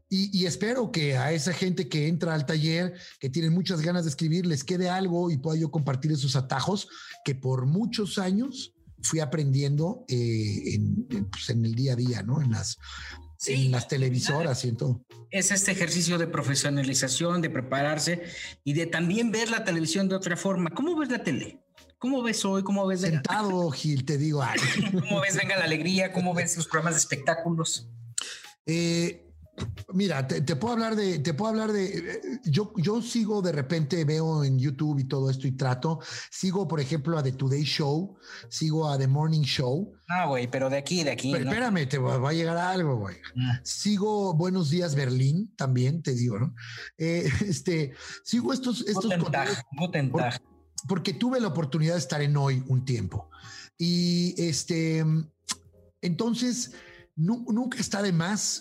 Y, y espero que a esa gente que entra al taller, que tienen muchas ganas de escribir, les quede algo y pueda yo compartir esos atajos que por muchos años fui aprendiendo eh, en, en, pues en el día a día, ¿no? En las, sí, en las televisoras y en todo. Es este ejercicio de profesionalización, de prepararse y de también ver la televisión de otra forma. ¿Cómo ves la tele? ¿Cómo ves hoy? ¿Cómo ves? Sentado, Gil, te digo. Ay. ¿Cómo ves Venga la Alegría? ¿Cómo ves los programas de espectáculos? Eh, mira, te, te puedo hablar de, te puedo hablar de, yo, yo sigo de repente, veo en YouTube y todo esto y trato, sigo por ejemplo a The Today Show, sigo a The Morning Show. Ah, güey, pero de aquí, de aquí. Pero, ¿no? Espérame, te va, va a llegar a algo, güey. Ah. Sigo Buenos Días Berlín, también te digo, ¿no? Eh, este, sigo estos, estos Guten Tag, Guten Tag. Por, porque tuve la oportunidad de estar en Hoy un tiempo. Y este, entonces, nu, nunca está de más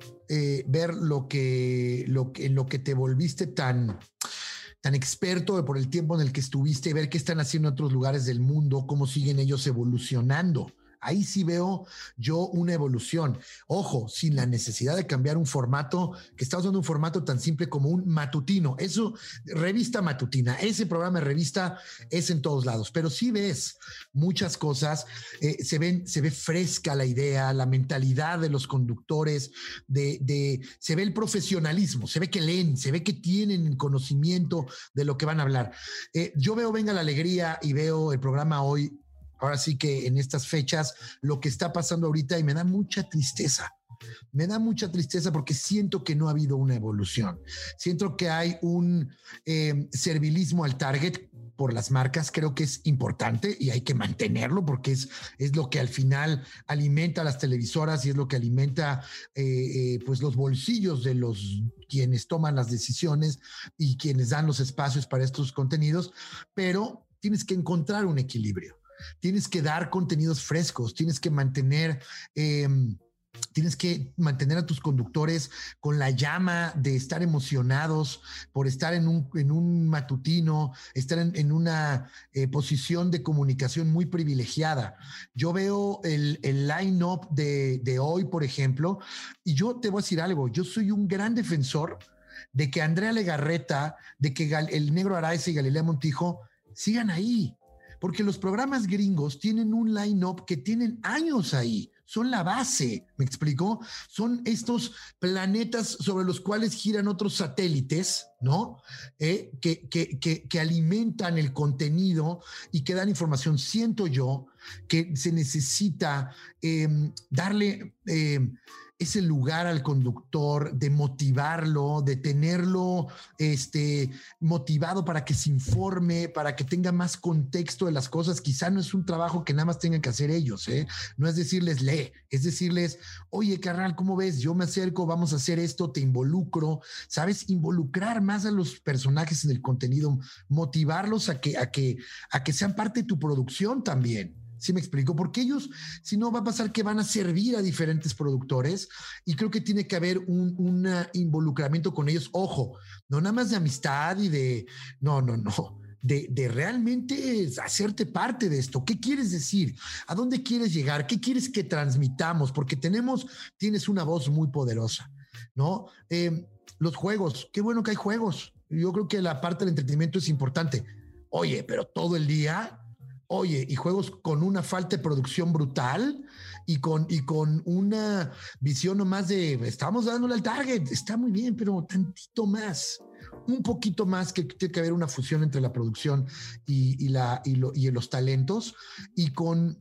Eh, ver lo que, lo que, en lo que te volviste tan, tan experto por el tiempo en el que estuviste, ver qué están haciendo en otros lugares del mundo, cómo siguen ellos evolucionando. Ahí sí veo yo una evolución. Ojo, sin la necesidad de cambiar un formato, que está usando un formato tan simple como un matutino. Eso, revista matutina, ese programa de revista es en todos lados, pero sí ves muchas cosas, eh, se ven, se ve fresca la idea, la mentalidad de los conductores, de, de, se ve el profesionalismo, se ve que leen, se ve que tienen conocimiento de lo que van a hablar. Eh, yo veo Venga la Alegría y veo el programa Hoy. Ahora sí que en estas fechas, lo que está pasando ahorita y me da mucha tristeza. Me da mucha tristeza porque siento que no ha habido una evolución. Siento que hay un eh, servilismo al target por las marcas. Creo que es importante y hay que mantenerlo porque es, es lo que al final alimenta a las televisoras y es lo que alimenta eh, eh, pues los bolsillos de los quienes toman las decisiones y quienes dan los espacios para estos contenidos. Pero tienes que encontrar un equilibrio. Tienes que dar contenidos frescos, tienes que mantener, eh, tienes que mantener a tus conductores con la llama de estar emocionados por estar en un, en un matutino, estar en, en una eh, posición de comunicación muy privilegiada. Yo veo el, el line-up de, de Hoy, por ejemplo, y yo te voy a decir algo, yo soy un gran defensor de que Andrea Legarreta, de que Gal, el Negro Araiza y Galilea Montijo sigan ahí. Porque los programas gringos tienen un line-up que tienen años ahí, son la base, ¿me explico? Son estos planetas sobre los cuales giran otros satélites, ¿no? Eh, que, que, que, que alimentan el contenido y que dan información. Siento yo que se necesita eh, darle... Eh, ese lugar al conductor, de motivarlo, de tenerlo este, motivado para que se informe, para que tenga más contexto de las cosas. Quizá no es un trabajo que nada más tengan que hacer ellos, ¿eh? No es decirles, lee, es decirles, oye, carnal, ¿cómo ves? Yo me acerco, vamos a hacer esto, te involucro, ¿sabes? Involucrar más a los personajes en el contenido, motivarlos a que, a que, a que sean parte de tu producción también. ¿Sí me explico? Porque ellos, si no, va a pasar que van a servir a diferentes productores y creo que tiene que haber un, un involucramiento con ellos. Ojo, no nada más de amistad y de, no, no, no, de, de realmente hacerte parte de esto. ¿Qué quieres decir? ¿A dónde quieres llegar? ¿Qué quieres que transmitamos? Porque tenemos, tienes una voz muy poderosa, ¿no? Eh, los juegos, qué bueno que hay juegos. Yo creo que la parte del entretenimiento es importante. Oye, pero todo el día... Oye, y juegos con una falta de producción brutal y con, y con una visión nomás de estamos dándole al target, está muy bien, pero tantito más, un poquito más, que tiene que haber una fusión entre la producción y, y, la, y, lo, y los talentos y con,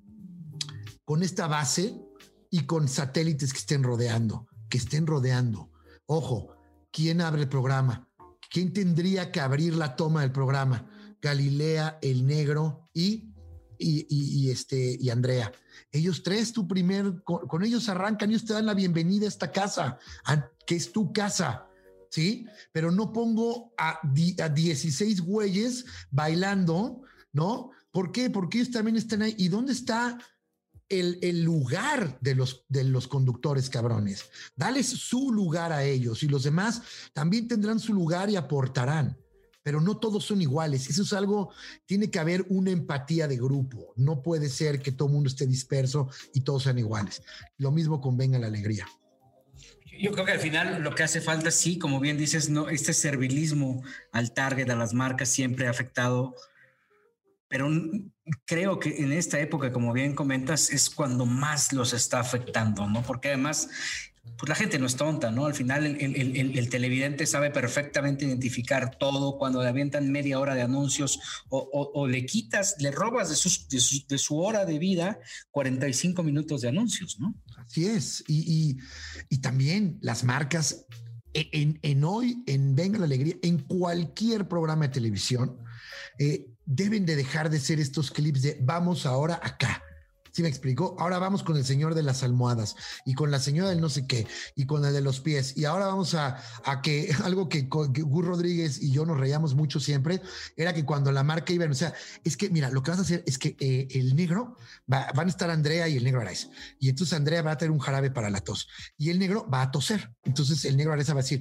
con esta base y con satélites que estén rodeando, que estén rodeando. Ojo, ¿quién abre el programa? ¿Quién tendría que abrir la toma del programa? Galilea, el Negro y... Y, y, y, este, y Andrea. Ellos tres, tu primer, con, con ellos arrancan, ellos te dan la bienvenida a esta casa, a, que es tu casa, ¿sí? Pero no pongo a, di, a dieciséis güeyes bailando, ¿no? ¿Por qué? Porque ellos también están ahí. ¿Y dónde está el, el lugar de los, de los conductores cabrones? Dales su lugar a ellos y los demás también tendrán su lugar y aportarán. Pero no todos son iguales. Eso es algo, tiene que haber una empatía de grupo. No puede ser que todo el mundo esté disperso y todos sean iguales. Lo mismo con Venga la Alegría. Yo creo que al final lo que hace falta, sí, como bien dices, no, este servilismo al target, a las marcas, siempre ha afectado. Pero creo que en esta época, como bien comentas, es cuando más los está afectando, ¿no? Porque además, pues la gente no es tonta, ¿no? Al final el, el, el, el televidente sabe perfectamente identificar todo. Cuando le avientan media hora de anuncios o, o, o le quitas, le robas de, sus, de, su, de su hora de vida cuarenta y cinco minutos de anuncios, ¿no? Así es. Y, y, y también las marcas en, en hoy, en Venga la Alegría, en cualquier programa de televisión, eh, deben de dejar de ser estos clips de vamos ahora acá. ¿Sí me explicó? Ahora vamos con el señor de las almohadas y con la señora del no sé qué y con el de los pies. Y ahora vamos a, a que algo que, que Gus Rodríguez y yo nos reíamos mucho siempre era que cuando la marca iba, o sea, es que mira, lo que vas a hacer es que eh, el negro va, van a estar Andrea y el negro Araiza. Y entonces Andrea va a tener un jarabe para la tos y el negro va a toser. Entonces el negro Araiza va a decir,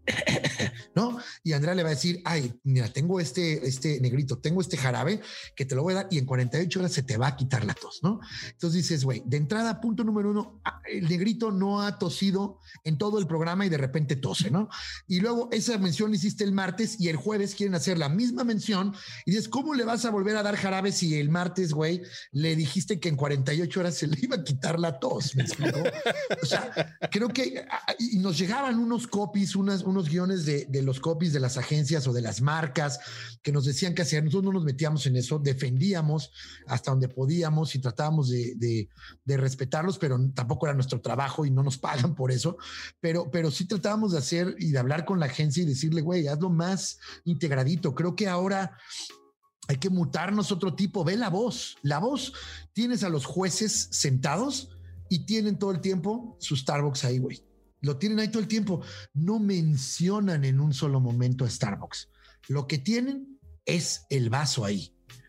¿no? Y Andrea le va a decir, ay, mira, tengo este, este negrito, tengo este jarabe que te lo voy a dar y en cuarenta y ocho horas se te va a quitar la tos, ¿no? Entonces dices, güey, de entrada, punto número uno, el negrito no ha tosido en todo el programa y de repente tose, ¿no? Y luego esa mención la hiciste el martes y el jueves quieren hacer la misma mención y dices, ¿cómo le vas a volver a dar jarabe si el martes, güey, le dijiste que en cuarenta y ocho horas se le iba a quitar la tos? ¿Me explico? O sea, creo que y nos llegaban unos copies, unas, unos guiones de, de los copies de las agencias o de las marcas que nos decían qué hacer. Nosotros no nos metíamos en eso, defendíamos hasta donde podíamos y tratábamos de, de, de respetarlos, pero tampoco era nuestro trabajo y no nos pagan por eso. Pero, pero sí tratábamos de hacer y de hablar con la agencia y decirle, güey, hazlo más integradito. Creo que ahora hay que mutarnos otro tipo. Ve la voz. La voz, tienes a los jueces sentados y tienen todo el tiempo su Starbucks ahí, güey. Lo tienen ahí todo el tiempo. No mencionan en un solo momento a Starbucks. Lo que tienen es el vaso ahí.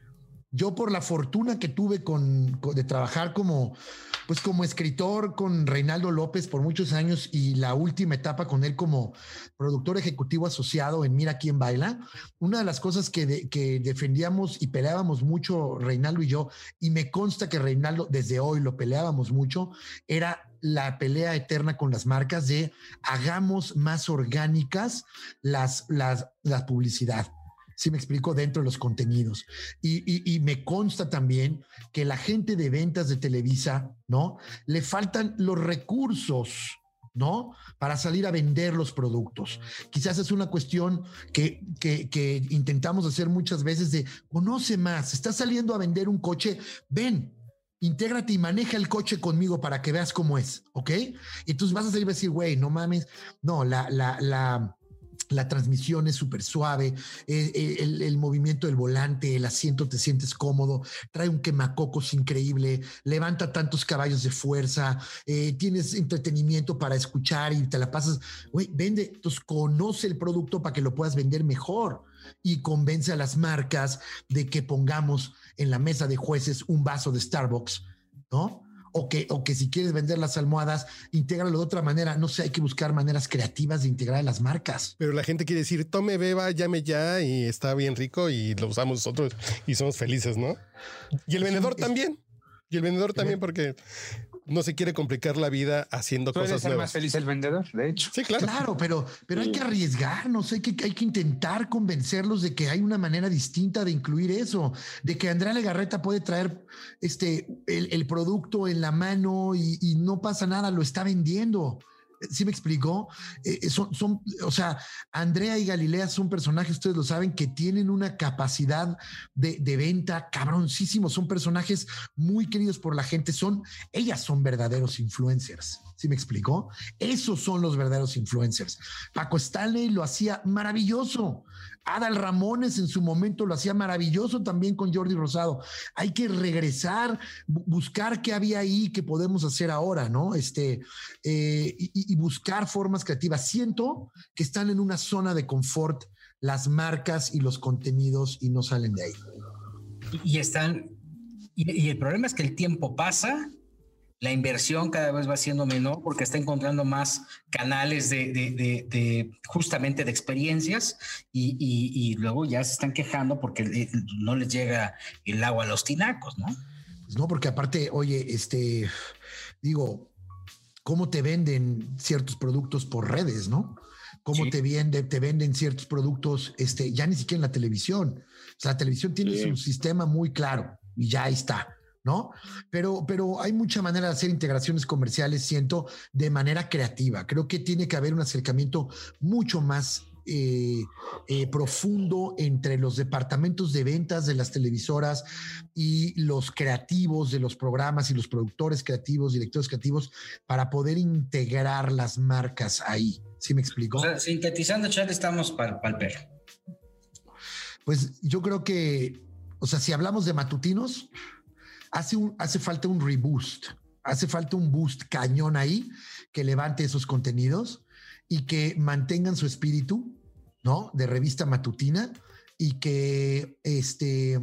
Yo, por la fortuna que tuve con, con, de trabajar como, pues como escritor con Reinaldo López por muchos años y la última etapa con él como productor ejecutivo asociado en Mira Quién Baila, una de las cosas que, de, que defendíamos y peleábamos mucho Reinaldo y yo, y me consta que Reinaldo desde hoy lo peleábamos mucho, era la pelea eterna con las marcas de hagamos más orgánicas las, las, la publicidad. Sí me explico, dentro de los contenidos. Y, y, y me consta también que la gente de ventas de Televisa, ¿no? Le faltan los recursos, ¿no? Para salir a vender los productos. Quizás es una cuestión que, que, que intentamos hacer muchas veces de conoce más, estás saliendo a vender un coche, ven, intégrate y maneja el coche conmigo para que veas cómo es, ¿ok? Y entonces vas a salir a decir, güey, no mames, no, la, la, la, la transmisión es súper suave, eh, el, el movimiento del volante, el asiento te sientes cómodo, trae un quemacocos increíble, levanta tantos caballos de fuerza, eh, tienes entretenimiento para escuchar y te la pasas, güey, vende, entonces conoce el producto para que lo puedas vender mejor y convence a las marcas de que pongamos en la mesa de jueces un vaso de Starbucks, ¿no? O que, o que si quieres vender las almohadas, intégralo de otra manera. No sé, hay que buscar maneras creativas de integrar a las marcas. Pero la gente quiere decir, tome, beba, llame ya y está bien rico y lo usamos nosotros y somos felices, ¿no? Y el vendedor es, también. Y el vendedor también porque no se quiere complicar la vida haciendo Puede cosas ser nuevas. Más feliz el vendedor, de hecho. Sí, claro. Claro, pero, pero hay que arriesgarnos, hay que, hay que intentar convencerlos de que hay una manera distinta de incluir eso, de que Andrea Legarreta puede traer este, el, el producto en la mano y, y no pasa nada, lo está vendiendo. ¿Sí me explicó? Eh, son, son, o sea, Andrea y Galilea son personajes, ustedes lo saben, que tienen una capacidad de, de venta cabroncísimo. Son personajes muy queridos por la gente. Son, ellas son verdaderos influencers. ¿Sí me explicó? Esos son los verdaderos influencers. Paco Stanley lo hacía maravilloso. Adal Ramones en su momento lo hacía maravilloso también con Jordi Rosado. Hay que regresar, buscar qué había ahí que podemos hacer ahora, ¿no? Este, eh, y, y buscar formas creativas. Siento que están en una zona de confort las marcas y los contenidos y no salen de ahí. Y están, y, y el problema es que el tiempo pasa. La inversión cada vez va siendo menor porque está encontrando más canales de, de, de, de justamente de experiencias y, y, y luego ya se están quejando porque no les llega el agua a los tinacos, ¿no? Pues no, porque aparte, oye, este, digo, cómo te venden ciertos productos por redes, ¿no? Cómo sí. te, vende, te venden ciertos productos, este, ya ni siquiera en la televisión. O sea, la televisión tiene sí. su sistema muy claro y ya ahí está, ¿no? Pero, pero hay mucha manera de hacer integraciones comerciales, siento, de manera creativa. Creo que tiene que haber un acercamiento mucho más Eh, eh, profundo entre los departamentos de ventas de las televisoras y los creativos de los programas y los productores creativos, directores creativos, para poder integrar las marcas ahí. ¿Sí me explico? O sea, sintetizando, Charlie, estamos para pa el perro. Pues yo creo que, o sea, si hablamos de matutinos, hace, un, hace falta un reboost, hace falta un boost cañón ahí que levante esos contenidos y que mantengan su espíritu, ¿no? De revista matutina y que, este,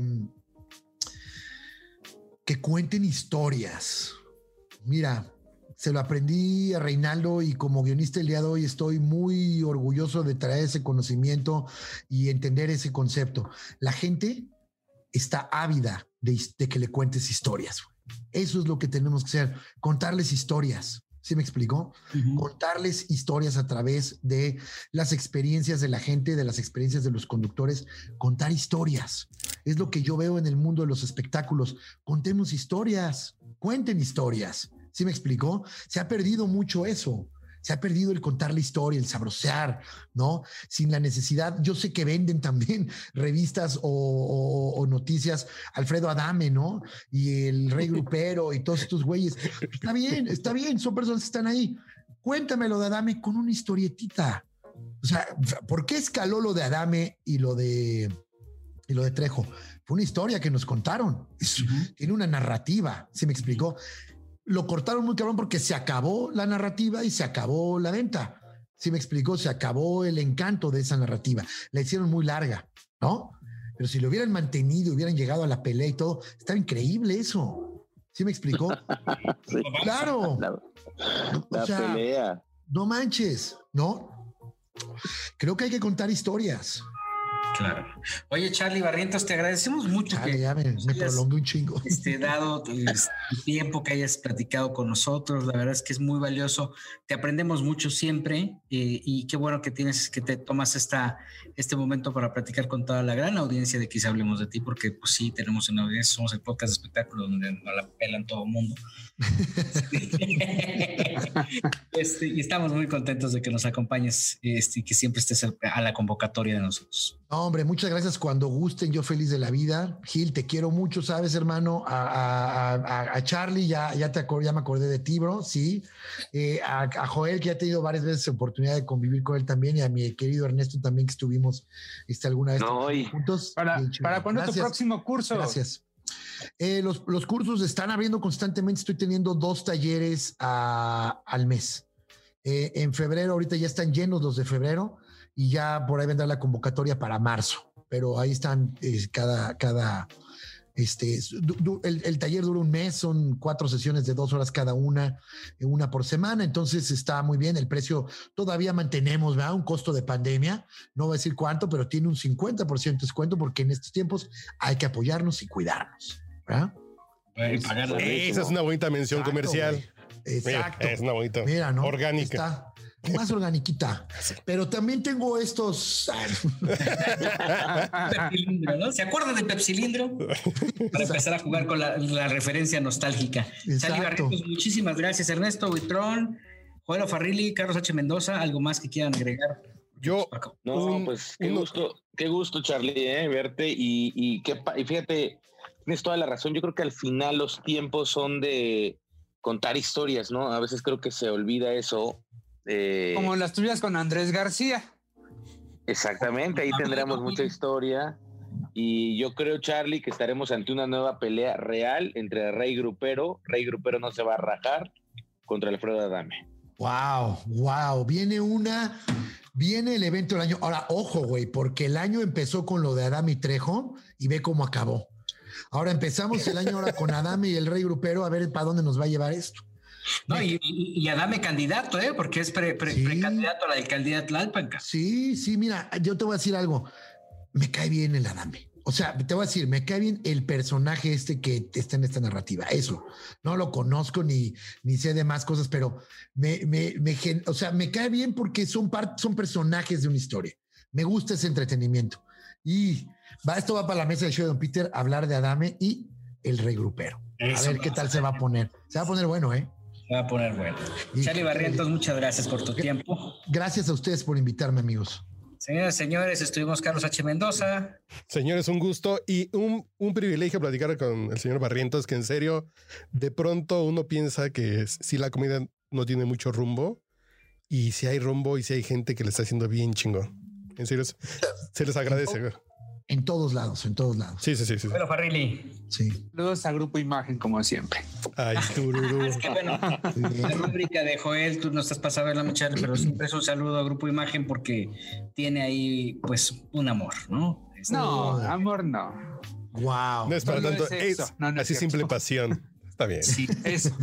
que cuenten historias. Mira, se lo aprendí a Reinaldo y como guionista el día de hoy estoy muy orgulloso de traer ese conocimiento y entender ese concepto. La gente está ávida de, de que le cuentes historias. Eso es lo que tenemos que hacer, contarles historias. ¿Sí me explicó? Uh-huh. Contarles historias a través de las experiencias de la gente, de las experiencias de los conductores. Contar historias. Es lo que yo veo en el mundo de los espectáculos. Contemos historias. Cuenten historias. ¿Sí me explicó? Se ha perdido mucho eso. Se ha perdido el contar la historia, el sabrosear, ¿no? Sin la necesidad. Yo sé que venden también revistas o, o, o noticias. Alfredo Adame, ¿no? Y el Rey Grupero y todos estos güeyes. Está bien, está bien. Son personas que están ahí. Cuéntamelo de Adame con una historietita. O sea, ¿por qué escaló lo de Adame y lo de, y lo de Trejo? Fue una historia que nos contaron. Es, uh-huh. Tiene una narrativa. ¿Sí me explicó? Lo cortaron muy cabrón porque se acabó la narrativa y se acabó la venta. ¿Sí me explicó? Se acabó el encanto de esa narrativa. La hicieron muy larga, ¿no? Pero si lo hubieran mantenido, hubieran llegado a la pelea y todo, estaba increíble eso. ¿Sí me explicó? Sí. Claro. La, la o sea, pelea. No manches, ¿no? Creo que hay que contar historias. Claro. Oye, Charlie Barrientos, te agradecemos mucho. Charlie, que ya me, me prolongué un chingo. Este, dado el tiempo que hayas platicado con nosotros, la verdad es que es muy valioso. Te aprendemos mucho siempre eh, y qué bueno que tienes, que te tomas esta, este momento para platicar con toda la gran audiencia de Quizá Hablemos de Ti, porque pues sí, tenemos una audiencia, somos el podcast de espectáculos donde nos la pelan todo el mundo. este, y estamos muy contentos de que nos acompañes este, y que siempre estés a la convocatoria de nosotros. No, hombre, muchas gracias. Cuando gusten, yo feliz de la vida. Gil, te quiero mucho, ¿sabes, hermano? A, a, a, a Charlie, ya, ya, te acor- ya me acordé de ti, bro, sí. Eh, a, a Joel, que ya he tenido varias veces oportunidad de convivir con él también, y a mi querido Ernesto también, que estuvimos este, alguna vez no, y... juntos. ¿Para, ¿para cuándo tu próximo curso? Gracias. Eh, los, los cursos están abriendo constantemente. Estoy teniendo dos talleres a, al mes. Eh, en febrero, ahorita ya están llenos los de febrero. Y ya por ahí vendrá la convocatoria para marzo, pero ahí están eh, cada, cada, este, du, du, el, el taller dura un mes, son cuatro sesiones de dos horas cada una, una por semana, entonces está muy bien, el precio todavía mantenemos, ¿verdad? Un costo de pandemia, no voy a decir cuánto, pero tiene un cincuenta por ciento de descuento porque en estos tiempos hay que apoyarnos y cuidarnos, ¿verdad? Esa es una bonita mención Exacto, comercial. Wey. Exacto. Mira, es una bonita. Mira, ¿no? Orgánica. Está más organiquita. Pero también tengo estos. Pepsilindro, ¿no? ¿Se acuerdan del Pepsilindro? Para empezar a jugar con la, la referencia nostálgica. Charlie Barrientos, muchísimas gracias. Ernesto Buitrón, Joel Farrilli, Carlos H. Mendoza, ¿algo más que quieran agregar? Yo. No, un, pues qué uno, gusto, qué gusto, Charlie, eh, verte. Y, y, qué, y fíjate, tienes toda la razón. Yo creo que al final los tiempos son de contar historias, ¿no? A veces creo que se olvida eso. Eh, Como las tuyas con Andrés García. Exactamente, ahí tendremos mucha historia. Y yo creo, Charlie, que estaremos ante una nueva pelea real entre Rey Grupero. Rey Grupero no se va a rajar contra Alfredo Adame. Wow, wow. Viene una, viene el evento del año. Ahora, ojo, güey, porque el año empezó con lo de Adame y Trejo y ve cómo acabó. Ahora empezamos el año ahora con Adame y el Rey Grupero, a ver para dónde nos va a llevar esto. No, y, y, y Adame candidato, ¿eh? Porque es pre, pre, sí. precandidato a la alcaldía de Tlalpan. Sí, sí, mira, yo te voy a decir algo. Me cae bien el Adame. O sea, te voy a decir, me cae bien el personaje este que está en esta narrativa. Eso, no lo conozco ni, ni sé de más cosas, pero me, me, me, o sea, me cae bien porque son, part, son personajes de una historia. Me gusta ese entretenimiento. Y va, esto va para la mesa de show de Don Peter, hablar de Adame y el Rey Grupero. Eso, a ver qué tal se va a poner. Se va a poner bueno, ¿eh? Se va a poner bueno. Y Charlie Barrientos, muchas gracias por tu tiempo. Gracias a ustedes por invitarme, amigos. Señoras y señores, estuvimos Carlos H. Mendoza. Señores, un gusto y un, un privilegio platicar con el señor Barrientos, que en serio, de pronto uno piensa que si la comida no tiene mucho rumbo, y si hay rumbo y si hay gente que le está haciendo bien chingón. En serio, se les agradece. En, to- en todos lados, en todos lados. Sí, sí, sí. sí. Bueno, Farrilli. Sí. Saludos a Grupo Imagen, como siempre. Ay, tururú. Es que bueno, la rúbrica de Joel, tú no estás pasado de la muchacha, pero siempre es un saludo a Grupo Imagen porque tiene ahí, pues, un amor, ¿no? Este, no, amor no. Wow. No es para no, tanto, no es, es, eso. No, no así es simple pasión. Está bien. Sí, eso.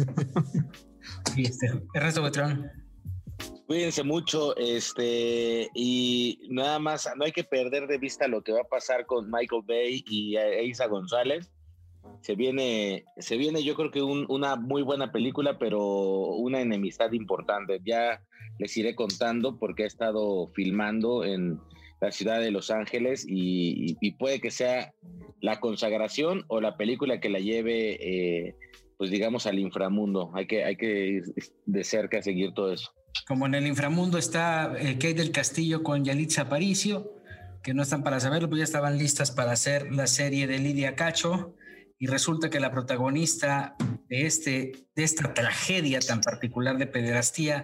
Y este, Ernesto Buitrón. Cuídense mucho, este, y nada más, no hay que perder de vista lo que va a pasar con Michael Bay y Eiza González. Se viene, se viene yo creo que un, una muy buena película, pero una enemistad importante. Ya les iré contando porque he estado filmando en la ciudad de Los Ángeles y, y, y puede que sea la consagración o la película que la lleve, eh, pues digamos, al inframundo. Hay que, hay que ir de cerca a seguir todo eso. Como en el inframundo está eh, Kate del Castillo con Yalitza Aparicio, que no están para saberlo, pues ya estaban listas para hacer la serie de Lidia Cacho, y resulta que la protagonista de, este, de esta tragedia tan particular de pederastía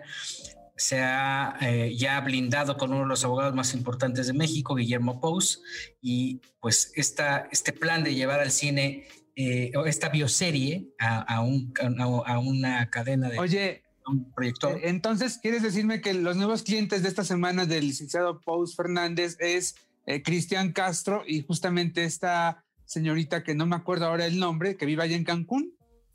se ha eh, ya blindado con uno de los abogados más importantes de México, Guillermo Pous, y pues esta, este plan de llevar al cine eh, esta bioserie a, a, un, a, a una cadena de... Oye, un proyector. Entonces, ¿quieres decirme que los nuevos clientes de esta semana del licenciado Pous Fernández es eh, Cristian Castro y justamente esta señorita que no me acuerdo ahora el nombre, que vive allá en Cancún?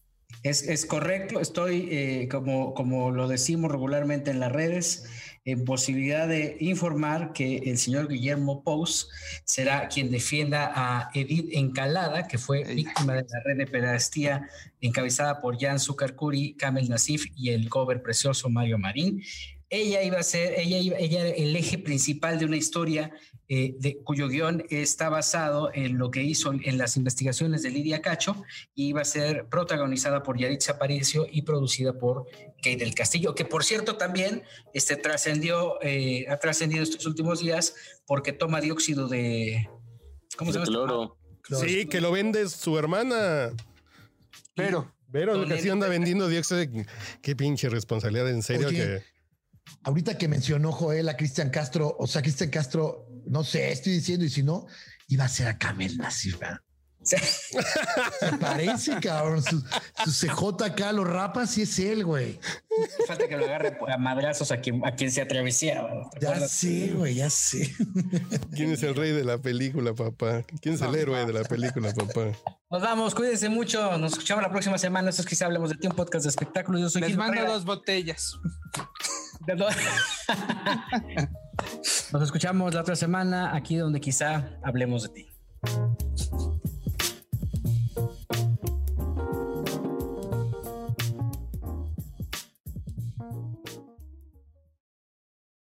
Es, es correcto, estoy, eh, como, como lo decimos regularmente en las redes, en posibilidad de informar que el señor Guillermo Pous será quien defienda a Edith Encalada, que fue víctima de la red de pederastía encabezada por Jan Zucarcuri, Kamel Nassif y el cover precioso Mario Marín. Ella iba a ser, ella, iba, ella era el eje principal de una historia eh, de, cuyo guión está basado en lo que hizo en las investigaciones de Lidia Cacho, y iba a ser protagonizada por Yalitza Aparicio y producida por Kate del Castillo, que por cierto también este, trascendió, eh, ha trascendido estos últimos días porque toma dióxido de... ¿Cómo se llama? Cloro. Sí, que lo vende su hermana. Pero... Pero que sí anda vendiendo dióxido de... Qué pinche responsabilidad, en serio. Oye, que... ahorita que mencionó Joel a Cristian Castro, o sea, Cristian Castro, no sé, estoy diciendo, y si no, iba a ser a Kamel Nassif, ¿verdad? Sí. Se parece, cabrón. Su, su C J acá lo rapa, sí es él, güey. Falta que lo agarre a madrazos a quien, a quien se atravesía. Ya sé, güey, ya sé. ¿Quién es el rey de la película, papá? ¿Quién es el héroe de la película, papá? Nos vamos, cuídense mucho. Nos escuchamos la próxima semana. Esto es Quizá Hablemos de Ti, un podcast de espectáculo. Yo soy Les Gil mando Barrera. dos botellas. Nos escuchamos la otra semana aquí donde quizá hablemos de ti.